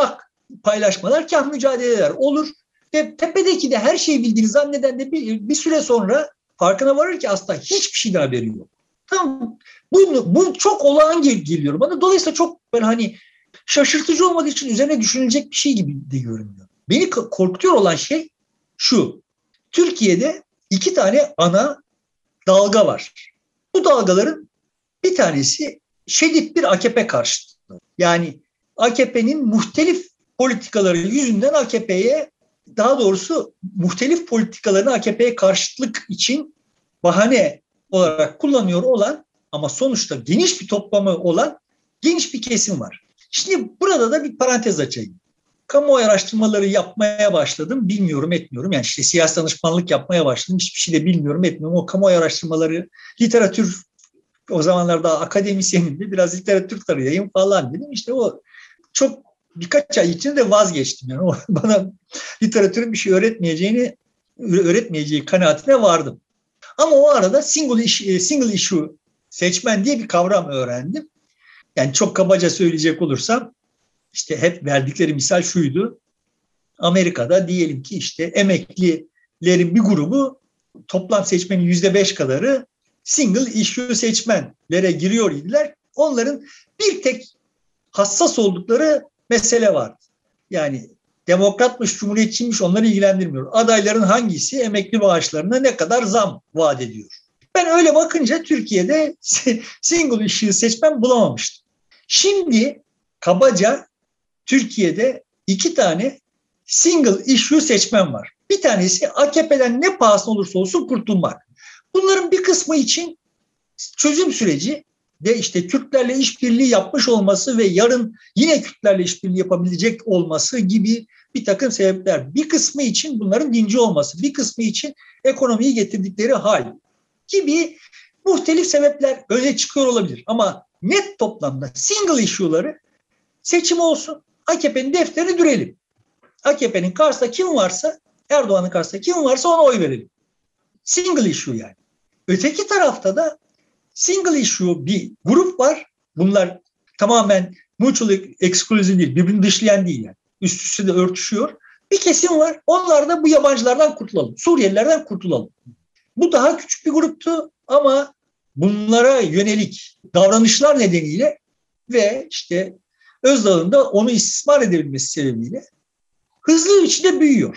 paylaşmalar, kah mücadeleler olur. Ve tepedeki de her şeyi bildiğini zanneden de bir, bir süre sonra farkına varır ki aslında hiçbir şeyden haberi yok. Tamam. Bu, bu çok olağan geliyor bana. Dolayısıyla çok böyle hani şaşırtıcı olmadığı için üzerine düşünülecek bir şey gibi de görünüyor. Beni korkutuyor olan şey şu. Türkiye'de iki tane ana dalga var. Bu dalgaların bir tanesi şiddet bir A K P karşıtı. Yani A K P'nin muhtelif politikaları yüzünden A K P'ye, daha doğrusu muhtelif politikalarını A K P'ye karşıtlık için bahane olarak kullanıyor olan ama sonuçta geniş bir toplamı olan geniş bir kesim var. Şimdi burada da bir parantez açayım. Kamuoyu araştırmaları yapmaya başladım. Bilmiyorum, etmiyorum. Yani işte siyasi danışmanlık yapmaya başladım. Hiçbir şey de bilmiyorum, etmiyorum. O kamuoyu araştırmaları, literatür, o zamanlar daha akademisyenim de biraz literatür tarayayım falan dedim. İşte o çok birkaç ay içinde de vazgeçtim. Yani o bana literatürün bir şey öğretmeyeceğini, öğretmeyeceği kanaatine vardım. Ama o arada single issue, single issue seçmen diye bir kavram öğrendim. Yani çok kabaca söyleyecek olursam işte hep verdikleri misal şuydu. Amerika'da diyelim ki işte emeklilerin bir grubu, toplam seçmenin yüzde beş kadarı single issue seçmenlere giriyor idiler. Onların bir tek hassas oldukları mesele vardı. Yani demokratmış, cumhuriyetçiymiş onları ilgilendirmiyor. Adayların hangisi emekli maaşlarına ne kadar zam vaat ediyor. Ben öyle bakınca Türkiye'de single issue seçmen bulamamıştım. Şimdi kabaca Türkiye'de iki tane single issue seçmen var. Bir tanesi A K P'den ne pahasına olursa olsun kurtulmak. Bunların bir kısmı için çözüm süreci de işte Kürtlerle işbirliği yapmış olması ve yarın yine Kürtlerle işbirliği yapabilecek olması gibi bir takım sebepler. Bir kısmı için bunların dinci olması, bir kısmı için ekonomiyi getirdikleri hal gibi muhtelif sebepler öne çıkıyor olabilir. Ama net toplamda single issue'ları seçim olsun, A K P'nin defterini dürelim. A K P'nin karşısında kim varsa, Erdoğan'ın karşısında kim varsa ona oy verelim. Single issue yani. Öteki tarafta da single issue bir grup var. Bunlar tamamen mutually exclusive değil, birbirini dışlayan değil yani. Üst üste de örtüşüyor. Bir kesim var. Onlar da bu yabancılardan kurtulalım. Suriyelilerden kurtulalım. Bu daha küçük bir gruptu ama bunlara yönelik davranışlar nedeniyle ve işte Özdağ'ın da onu istismar edebilmesi sebebiyle hızlı bir biçimde büyüyor.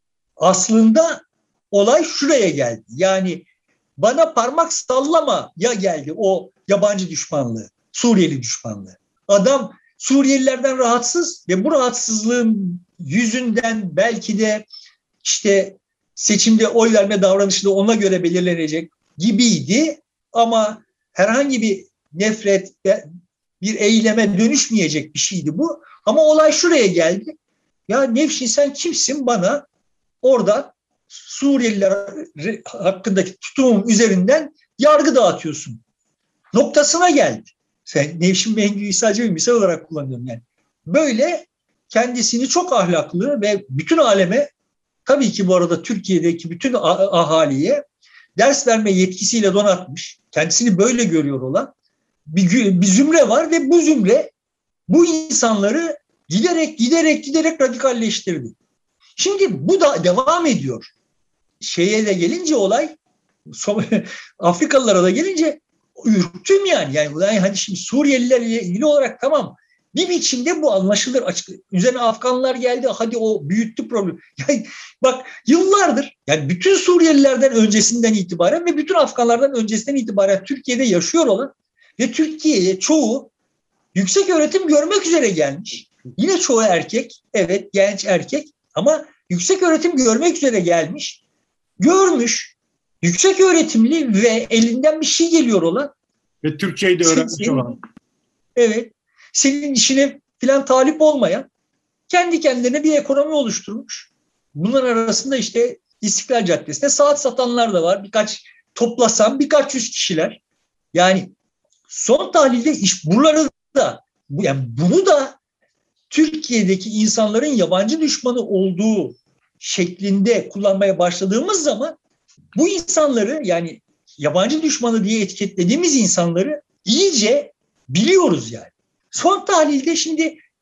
Aslında olay şuraya geldi. Yani bana parmak sallama ya geldi o yabancı düşmanlığı, Suriyeli düşmanlığı. Adam Suriyelilerden rahatsız ve bu rahatsızlığın yüzünden belki de işte seçimde oy verme davranışı da ona göre belirlenecek gibiydi. Ama herhangi bir nefret, bir eyleme dönüşmeyecek bir şeydi bu. Ama olay şuraya geldi. Ya Nevşin sen kimsin bana orada Suriyeliler hakkındaki tutumum üzerinden yargı dağıtıyorsun noktasına geldi. Sen Nevşin Mengü'yü sadece bir misal olarak kullanıyorum yani. Böyle kendisini çok ahlaklı ve bütün aleme, tabii ki bu arada Türkiye'deki bütün ahaliye ders verme yetkisiyle donatmış, kendisini böyle görüyor olan bir, bir zümre var ve bu zümre bu insanları giderek giderek giderek radikalleştirdi. Şimdi bu da devam ediyor. Şeye de gelince olay, Afrikalılara da gelince ürktüm yani. Yani hani şimdi Suriyelilerle ilgili olarak tamam bir biçimde bu anlaşılır açık. Üzerine Afganlar geldi, hadi o büyüttü problem. Yani bak yıllardır yani bütün Suriyelilerden öncesinden itibaren ve bütün Afganlardan öncesinden itibaren Türkiye'de yaşıyor olan ve Türkiye'ye çoğu yüksek öğretim görmek üzere gelmiş. Yine çoğu erkek, evet genç erkek ama yüksek öğretim görmek üzere gelmiş. Görmüş, yüksek öğretimli ve elinden bir şey geliyor olan. Ve Türkçeyi de öğrenmiş senin, olan. Evet. Senin işine filan talip olmayan, kendi kendine bir ekonomi oluşturmuş. Bunların arasında işte İstiklal Caddesi'nde saat satanlar da var. Birkaç toplasam birkaç yüz kişiler. Yani son tahlilde iş buraları da, yani bunu da Türkiye'deki insanların yabancı düşmanı olduğu şeklinde kullanmaya başladığımız zaman bu insanları, yani yabancı düşmanı diye etiketlediğimiz insanları iyice biliyoruz yani. Son tahlilde şimdi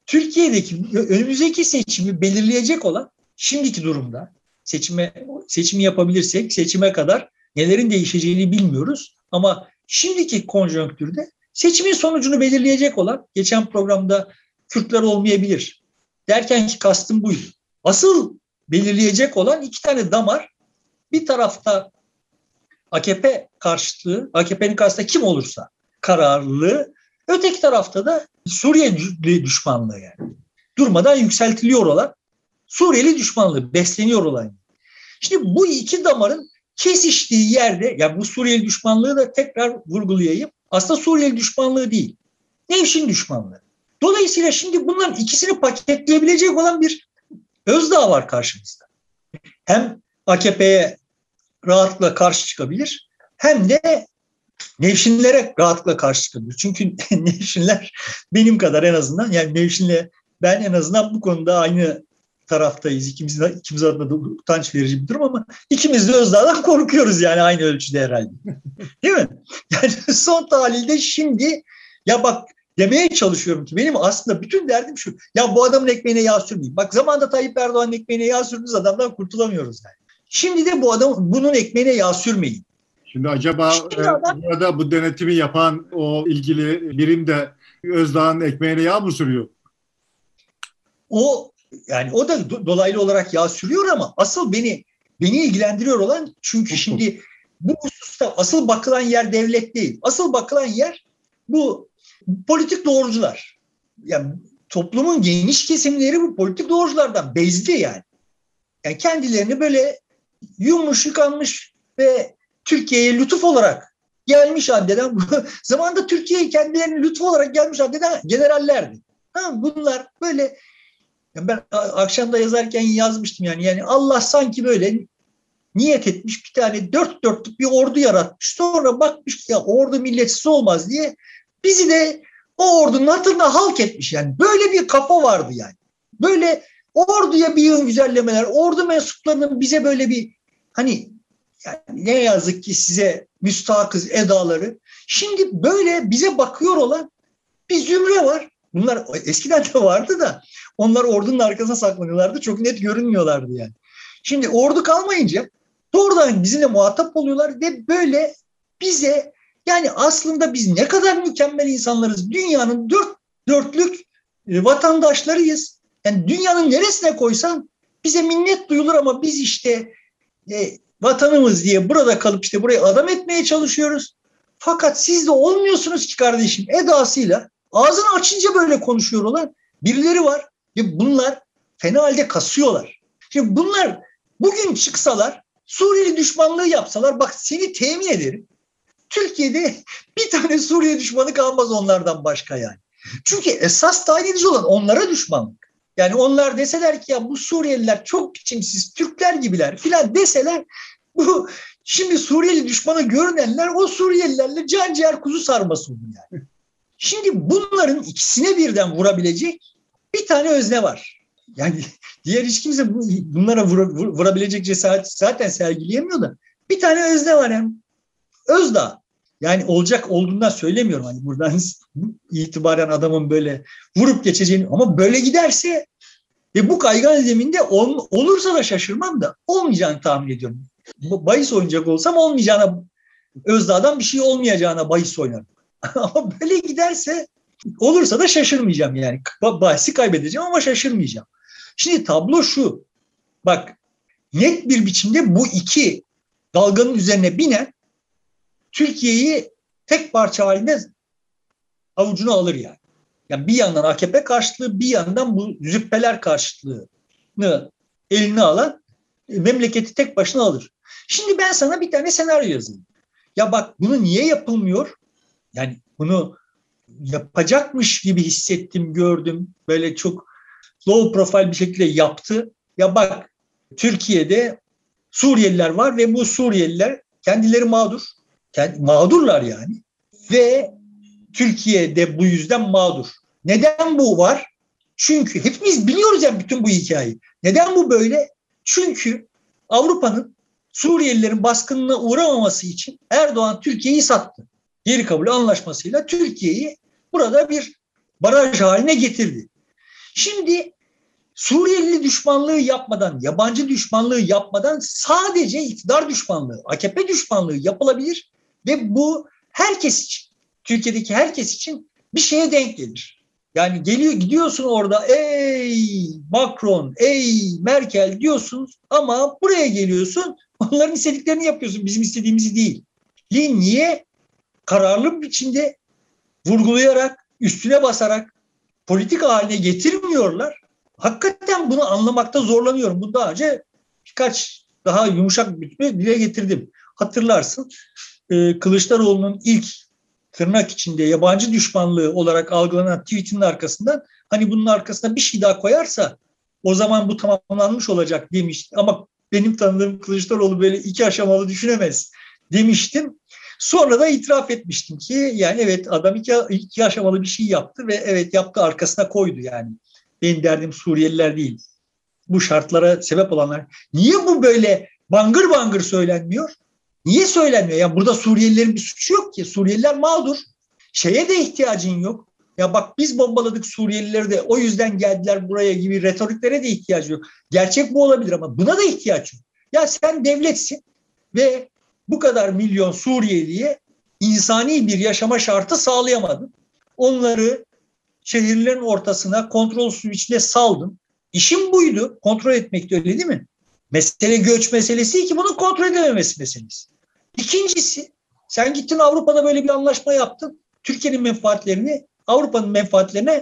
Türkiye'deki önümüzdeki seçimi belirleyecek olan şimdiki durumda seçime seçimi yapabilirsek seçime kadar nelerin değişeceğini bilmiyoruz ama şimdiki konjonktürde seçimin sonucunu belirleyecek olan geçen programda Kürtler olmayabilir derken ki kastım buydu. Asıl belirleyecek olan iki tane damar, bir tarafta A K P karşıtlığı, A K P'nin karşısında kim olursa kararlılığı, öteki tarafta da Suriye düşmanlığı yani. Durmadan yükseltiliyor olan Suriyeli düşmanlığı, besleniyor olan. Şimdi bu iki damarın kesiştiği yerde, yani bu Suriyeli düşmanlığı da tekrar vurgulayayım. Aslında Suriyeli düşmanlığı değil, Nevşin düşmanlığı. Dolayısıyla şimdi bunların ikisini paketleyebilecek olan bir Özdağ var karşımızda. Hem A K P'ye rahatlıkla karşı çıkabilir, hem de Nevşinlilere rahatlıkla karşı çıkabilir. Çünkü Nevşinler benim kadar en azından, yani Nevşin'le ben en azından bu konuda aynı taraftayız. İkimiz, ikimiz adına da utanç verici bir durum ama ikimiz de Özdağ'dan korkuyoruz yani aynı ölçüde herhalde. Değil mi? Yani son tahlilde şimdi ya bak demeye çalışıyorum ki benim aslında bütün derdim şu. Ya bu adamın ekmeğine yağ sürmeyeyim. Bak zamanında Tayyip Erdoğan'ın ekmeğine yağ sürdüğümüz adamdan kurtulamıyoruz yani. Şimdi de bu adam bunun ekmeğine yağ sürmeyin. Şimdi acaba Şimdi e, adam, burada bu denetimi yapan o ilgili birim de Özdağ'ın ekmeğine yağ mı sürüyor? O yani o da do- dolaylı olarak yağ sürüyor ama asıl beni beni ilgilendiriyor olan, çünkü şimdi bu hususta asıl bakılan yer devlet değil. Asıl bakılan yer bu politik doğrucular. Yani toplumun geniş kesimleri bu politik doğruculardan bezdi yani. Yani kendilerini böyle yummuş, yıkanmış ve Türkiye'ye lütuf olarak gelmiş addeden, zamanında Türkiye'ye kendilerini lütuf olarak gelmiş addeden generallerdi. Ha, bunlar böyle, ben akşam da yazarken yazmıştım yani, yani Allah sanki böyle niyet etmiş, bir tane dört dörtlük bir ordu yaratmış. Sonra bakmış ya ordu milletsiz olmaz diye bizi de o ordunun hatırına halk etmiş yani. Böyle bir kafa vardı yani. Böyle orduya bir yığın güzellemeler, ordu mensuplarının bize böyle bir hani yani ne yazık ki size müstahakız edaları. Şimdi böyle bize bakıyor olan bir zümre var. Bunlar eskiden de vardı da onlar ordunun arkasına saklanıyorlardı. Çok net görünmüyorlardı yani. Şimdi ordu kalmayınca doğrudan bizimle muhatap oluyorlar ve böyle bize, yani aslında biz ne kadar mükemmel insanlarız. Dünyanın dört dörtlük vatandaşlarıyız. Yani dünyanın neresine koysan bize minnet duyulur ama biz işte e, vatanımız diye burada kalıp işte burayı adam etmeye çalışıyoruz. Fakat siz de olmuyorsunuz ki kardeşim edasıyla ağzını açınca böyle konuşuyor olan birileri var ve bunlar fena halde kasıyorlar. Şimdi bunlar bugün çıksalar, Suriyeli düşmanlığı yapsalar, bak seni temin ederim, Türkiye'de bir tane Suriye düşmanı kalmaz onlardan başka yani. Çünkü esas tayin edici olan onlara düşmanlık. Yani onlar deseler ki ya bu Suriyeliler çok biçimsiz, Türkler gibiler filan deseler, bu şimdi Suriyeli düşmanı görünenler o Suriyelilerle can ciğer kuzu sarması olur yani. Şimdi bunların ikisine birden vurabilecek bir tane özne var. Yani diğer hiç kimse bunlara vura, vurabilecek cesaret zaten sergileyemiyor da bir tane özne var yani. Özdağ. Yani olacak olduğundan söylemiyorum. Hani buradan itibaren adamın böyle vurup geçeceğini, ama böyle giderse ve bu kaygan zeminde ol, olursa da şaşırmam da olmayacağını tahmin ediyorum. Bahis oynayacak olsam olmayacağına, Özdağ'dan bir şey olmayacağına bahis oynarım. Ama böyle giderse olursa da şaşırmayacağım yani. Bahsi kaybedeceğim ama şaşırmayacağım. Şimdi tablo şu. Bak net bir biçimde bu iki dalganın üzerine binen Türkiye'yi tek parça halinde avucuna alır yani. Yani bir yandan A K P karşıtlığı, bir yandan bu züppeler karşıtlığını eline alan memleketi tek başına alır. Şimdi ben sana bir tane senaryo yazayım. Ya bak bunu niye yapılmıyor? Yani bunu yapacakmış gibi hissettim, gördüm. Böyle çok low profile bir şekilde yaptı. Ya bak Türkiye'de Suriyeliler var ve bu Suriyeliler kendileri mağdur. Kendi, mağdurlar yani. Ve Türkiye'de bu yüzden mağdur. Neden bu var? Çünkü hepimiz biliyoruz yani bütün bu hikayeyi. Neden bu böyle? Çünkü Avrupa'nın Suriyelilerin baskınına uğramaması için Erdoğan Türkiye'yi sattı. Geri kabul anlaşmasıyla Türkiye'yi burada bir baraj haline getirdi. Şimdi Suriyeli düşmanlığı yapmadan, yabancı düşmanlığı yapmadan sadece iktidar düşmanlığı, A K P düşmanlığı yapılabilir ve bu herkes için, Türkiye'deki herkes için bir şeye denk gelir. Yani geliyor gidiyorsun orada ey Macron, ey Merkel diyorsun ama buraya geliyorsun onların istediklerini yapıyorsun, bizim istediğimizi değil. Niye? Kararlı bir biçimde vurgulayarak, üstüne basarak politik haline getirmiyorlar. Hakikaten bunu anlamakta zorlanıyorum. Bunu daha önce birkaç daha yumuşak bir biçimde dile getirdim. Hatırlarsın Kılıçdaroğlu'nun ilk tırnak içinde yabancı düşmanlığı olarak algılanan tweetinin arkasından hani bunun arkasına bir şey daha koyarsa o zaman bu tamamlanmış olacak demişti. Ama benim tanıdığım Kılıçdaroğlu böyle iki aşamalı düşünemez demiştim. Sonra da itiraf etmiştim ki yani evet adam iki, iki aşamalı bir şey yaptı ve evet yaptı arkasına koydu yani. Benim derdim Suriyeliler değil. Bu şartlara sebep olanlar. Niye bu böyle bangır bangır söylenmiyor? Niye söylenmiyor? Yani burada Suriyelilerin bir suçu yok ki. Suriyeliler mağdur. Şeye de ihtiyacın yok. Ya bak biz bombaladık Suriyelileri de o yüzden geldiler buraya gibi retoriklere de ihtiyacı yok. Gerçek bu olabilir ama buna da ihtiyaç yok. Ya sen devletsin ve bu kadar milyon Suriyeliye insani bir yaşama şartı sağlayamadın. Onları şehirlerin ortasına kontrolsüz içine saldın. İşin buydu. Kontrol etmekti, öyle değil mi? Mesele göç meselesi ki bunun kontrol edememesi meselesi. İkincisi sen gittin Avrupa'da böyle bir anlaşma yaptın. Türkiye'nin menfaatlerini Avrupa'nın menfaatlerine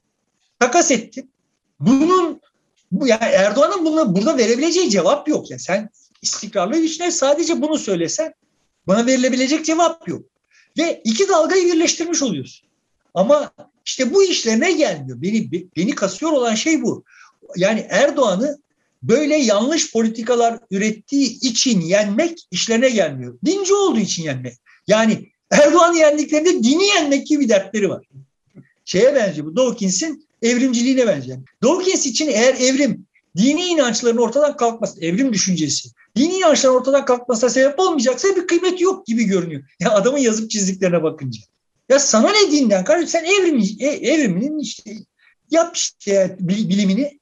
takas ettin. Bunun bu yani Erdoğan'ın buna, burada verebileceği cevap yok. Yani sen istikrarlı bir sadece bunu söylesen bana verilebilecek cevap yok. Ve iki dalgayı birleştirmiş oluyorsun. Ama işte bu işlerine gelmiyor. Beni, beni kasıyor olan şey bu. Yani Erdoğan'ı böyle yanlış politikalar ürettiği için yenmek işlerine gelmiyor. Dinci olduğu için yenmek. Yani Erdoğan'ı yendiklerinde dini yenmek gibi bir dertleri var. Şeye benziyor bu. Dawkins'in evrimciliğine benziyor. Dawkins için eğer evrim dini inançların ortadan kalkması, evrim düşüncesi, dini inançların ortadan kalkmasına sebep olmayacaksa bir kıymeti yok gibi görünüyor. Ya adamın yazıp çizdiklerine bakınca. Ya sana ne dinden kardeşim, sen evrim, evriminin işte yap işte bilimini.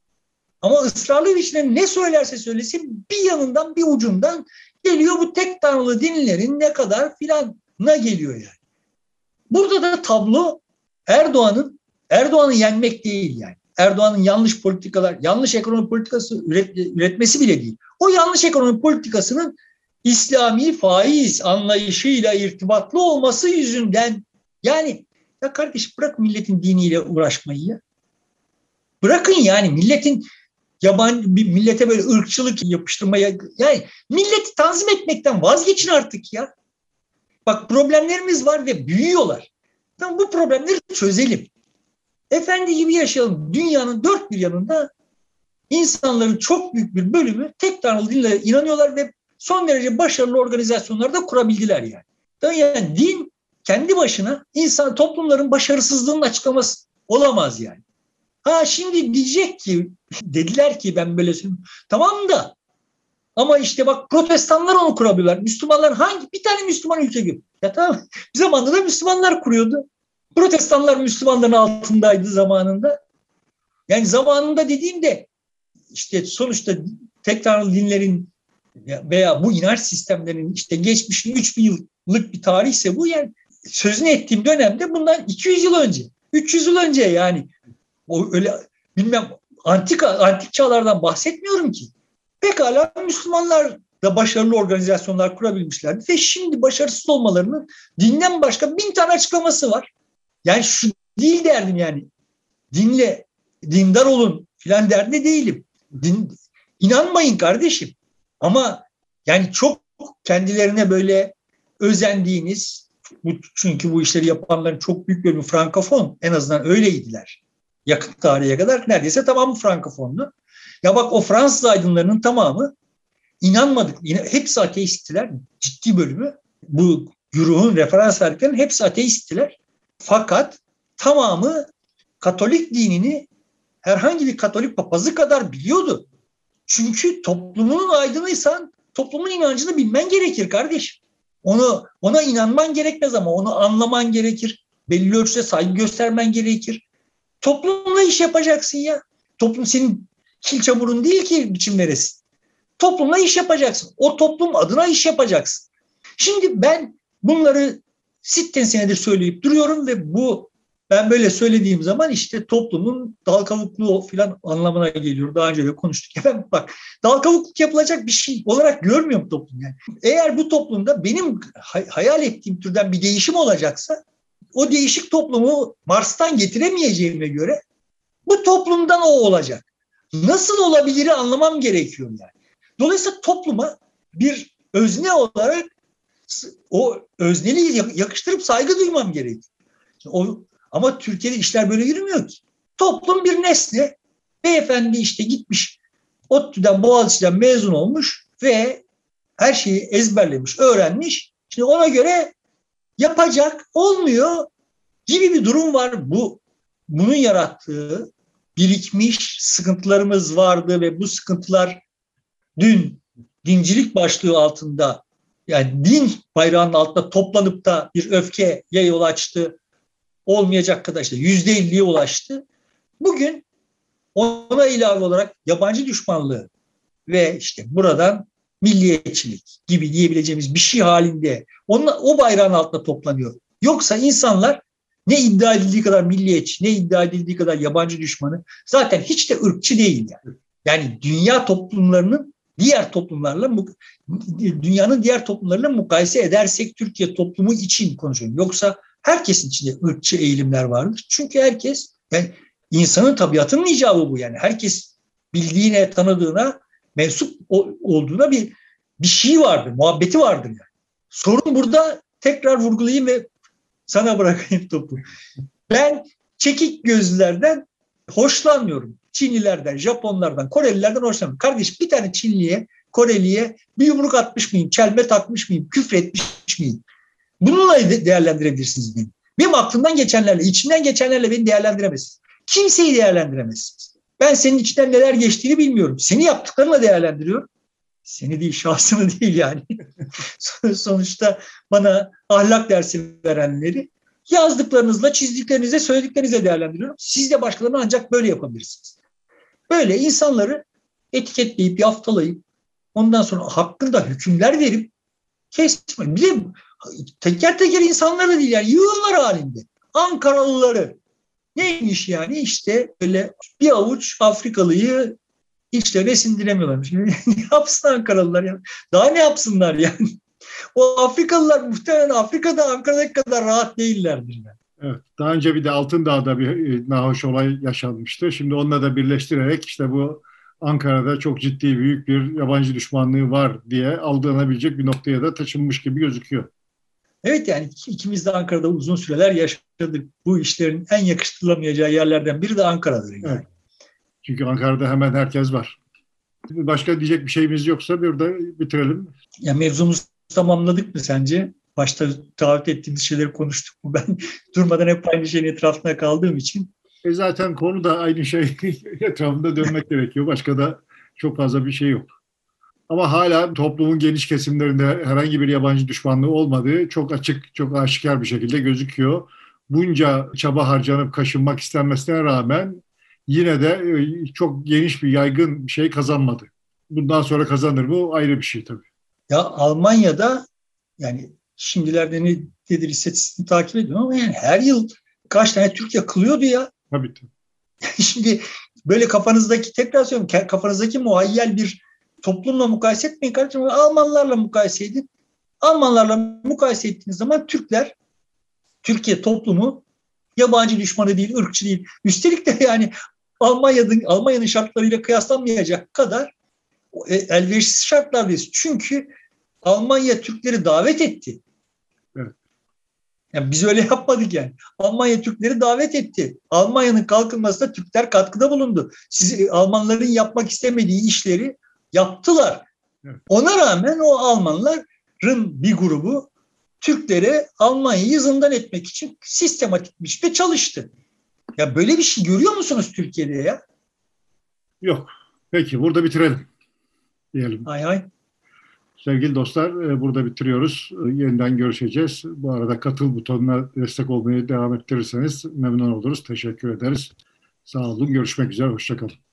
Ama ısrarlı bir işine ne söylerse söylesin bir yanından bir ucundan geliyor bu tek tanrılı dinlerin ne kadar filana geliyor yani. Burada da tablo Erdoğan'ın Erdoğan'ı yenmek değil yani. Erdoğan'ın yanlış politikalar, yanlış ekonomi politikası üret, üretmesi bile değil. O yanlış ekonomi politikasının İslami faiz anlayışıyla irtibatlı olması yüzünden yani ya kardeş bırak milletin diniyle uğraşmayı ya. Bırakın yani milletin yabancı millete böyle ırkçılık yapıştırmaya yani milleti tanzim etmekten vazgeçin artık ya. Bak problemlerimiz var ve büyüyorlar. Tamam bu problemleri çözelim. Efendi gibi yaşayalım. Dünyanın dört bir yanında insanların çok büyük bir bölümü tek tanrılı dinlere inanıyorlar ve son derece başarılı organizasyonlar da kurabildiler yani. Yani din kendi başına insan toplumların başarısızlığının açıklaması olamaz yani. Ha şimdi diyecek ki dediler ki ben böyle söyleyeyim. Tamam da ama işte bak protestanlar onu kurabiliyorlar. Müslümanlar hangi bir tane Müslüman ülke gibi. Ya tamam bir zamanda da Müslümanlar kuruyordu. Protestanlar Müslümanların altındaydı zamanında. Yani zamanında dediğimde işte sonuçta tek tanrılı dinlerin veya bu inanç sistemlerinin işte geçmişin üç bin yıllık bir tarihse bu yani sözünü ettiğim dönemde bundan iki yüz yıl önce, üç yüz yıl önce yani o öyle bilmem antik antik çağlardan bahsetmiyorum ki. Pekala Müslümanlar da başarılı organizasyonlar kurabilmişlerdi ve şimdi başarısız olmalarının dinden başka bin tane açıklaması var. Yani şu değil derdim yani. Dinle, dindar olun filan derdinde değilim. Din, inanmayın kardeşim. Ama yani çok kendilerine böyle özendiğiniz, bu, çünkü bu işleri yapanların çok büyük bölümü Frankofon, en azından öyleydiler. Yakın tarihe kadar neredeyse tamamı Frankofonlu. Ya bak o Fransız aydınlarının tamamı inanmadık. Hepsi ateisttiler. Ciddi bölümü. Bu güruhun referans verdiklerinin hepsi ateisttiler. Fakat tamamı Katolik dinini herhangi bir Katolik papazı kadar biliyordu. Çünkü toplumun aydınıysan toplumun inancını bilmen gerekir kardeşim. Onu, ona inanman gerekmez ama onu anlaman gerekir. Belli ölçüde saygı göstermen gerekir. Toplumla iş yapacaksın ya. Toplum senin kil çamurun değil ki biçim veresin. Toplumla iş yapacaksın. O toplum adına iş yapacaksın. Şimdi ben bunları sitten senedir söyleyip duruyorum ve bu ben böyle söylediğim zaman işte toplumun dal kavukluğu falan anlamına geliyor. Daha önce de konuştuk. Ya ben bak dal kavukluk yapılacak bir şey olarak görmüyorum toplum yani. Eğer bu toplumda benim hayal ettiğim türden bir değişim olacaksa o değişik toplumu Mars'tan getiremeyeceğime göre bu toplumdan o olacak. Nasıl olabilir'i anlamam gerekiyor yani. Dolayısıyla topluma bir özne olarak o özneliği yakıştırıp saygı duymam gerekiyor. O, ama Türkiye'de işler böyle yürümüyor ki. Toplum bir nesne. Beyefendi işte gitmiş ODTÜ'den, Boğaziçi'den mezun olmuş ve her şeyi ezberlemiş, öğrenmiş. Şimdi ona göre yapacak, olmuyor gibi bir durum var. Bu bunun yarattığı birikmiş sıkıntılarımız vardı ve bu sıkıntılar dün dincilik başlığı altında yani din bayrağının altında toplanıp da bir öfkeye yol açtı. Olmayacak kadar işte yüzde elliye ulaştı. Bugün ona ilave olarak yabancı düşmanlığı ve işte buradan milliyetçilik gibi diyebileceğimiz bir şey halinde onunla, o bayrağın altında toplanıyor. Yoksa insanlar ne iddia edildiği kadar milliyetçi, ne iddia edildiği kadar yabancı düşmanı zaten hiç de ırkçı değil yani. Yani dünya toplumlarının diğer toplumlarla dünyanın diğer toplumlarıyla mukayese edersek Türkiye toplumu için konuşuyorum. Yoksa herkesin içinde ırkçı eğilimler vardır. Çünkü herkes yani insanın tabiatının icabı bu yani. Herkes bildiğine, tanıdığına, mensup olduğuna bir bir şey vardır, muhabbeti vardır yani. Sorun burada tekrar vurgulayayım ve sana bırakayım topu. Ben çekik gözlülerden hoşlanmıyorum. Çinlilerden, Japonlardan, Korelilerden hoşlanmıyorum. Kardeş bir tane Çinliye, Koreliye bir yumruk atmış mıyım, çelme takmış mıyım, küfretmiş miyim? Bununla değerlendirebilirsiniz beni. Benim aklımdan geçenlerle, içimden geçenlerle beni değerlendiremezsiniz. Kimseyi değerlendiremezsiniz. Ben senin içinden neler geçtiğini bilmiyorum. Seni yaptıklarınla değerlendiriyorum. Seni değil, şahsını değil yani. Sonuçta bana ahlak dersi verenleri yazdıklarınızla, çizdiklerinizle, söylediklerinizle değerlendiriyorum. Siz de başkalarına ancak böyle yapabilirsiniz. Böyle insanları etiketleyip, yaftalayıp, ondan sonra hakkında hükümler verip kesmeyin. Bir de teker teker insanlar da değil yani yığınlar halinde. Ankaralıları neymiş yani işte böyle bir avuç Afrikalıyı içlerine sindiremiyorlarmış. Ne yapsın Ankaralılar yani? Daha ne yapsınlar yani? O Afrikalılar muhtemelen Afrika'da Ankara'daki kadar rahat değillerdir yani. Evet, daha önce bir de Altındağ'da bir nahoş olay yaşanmıştı. Şimdi onunla da birleştirerek işte bu Ankara'da çok ciddi büyük bir yabancı düşmanlığı var diye algılanabilecek bir noktaya da taşınmış gibi gözüküyor. Evet yani ikimiz de Ankara'da uzun süreler yaşadık. Bu işlerin en yakıştırılamayacağı yerlerden biri de Ankara'dır yani. Evet. Çünkü Ankara'da hemen herkes var. Başka diyecek bir şeyimiz yoksa burada bitirelim. Ya mevzumuzu tamamladık mı sence? Başta davet ettiğimiz şeyleri konuştuk mu? Ben durmadan hep aynı şeyin etrafında kaldığım için. E zaten konu da aynı şey etrafında dönmek gerekiyor. Başka da çok fazla bir şey yok. Ama hala toplumun geniş kesimlerinde herhangi bir yabancı düşmanlığı olmadığı çok açık, çok aşikar bir şekilde gözüküyor. Bunca çaba harcanıp kaşınmak istenmesine rağmen yine de çok geniş bir yaygın bir şey kazanmadı. Bundan sonra kazanır mı ayrı bir şey tabii. Ya Almanya'da yani şimdilerde ne nedir istatistiğini takip ediyorum ama yani her yıl kaç tane Türk yakılıyordu ya. Tabii tabii. Şimdi böyle kafanızdaki tekrar söylüyorum kafanızdaki muhayyel bir toplumla mukayese etmeyin kardeşim. Almanlarla mukayese edin. Almanlarla mukayese ettiğiniz zaman Türkler, Türkiye toplumu yabancı düşmanı değil, ırkçı değil. Üstelik de yani Almanya'nın Almanya'nın şartlarıyla kıyaslanmayacak kadar elverişsiz şartlardayız. Çünkü Almanya Türkleri davet etti. Evet. Yani biz öyle yapmadık yani. Almanya Türkleri davet etti. Almanya'nın kalkınmasına Türkler katkıda bulundu. Siz Almanların yapmak istemediği işleri yaptılar. Evet. Ona rağmen o Almanların bir grubu Türklere Almanya'yı zindan etmek için sistematik bir şekilde çalıştı. Ya böyle bir şey görüyor musunuz Türkiye'de ya? Yok. Peki burada bitirelim diyelim. Hay hay. Sevgili dostlar burada bitiriyoruz. Yeniden görüşeceğiz. Bu arada katıl butonuna destek olmaya devam ettirirseniz memnun oluruz. Teşekkür ederiz. Sağ olun. Görüşmek üzere. Hoşça kalın.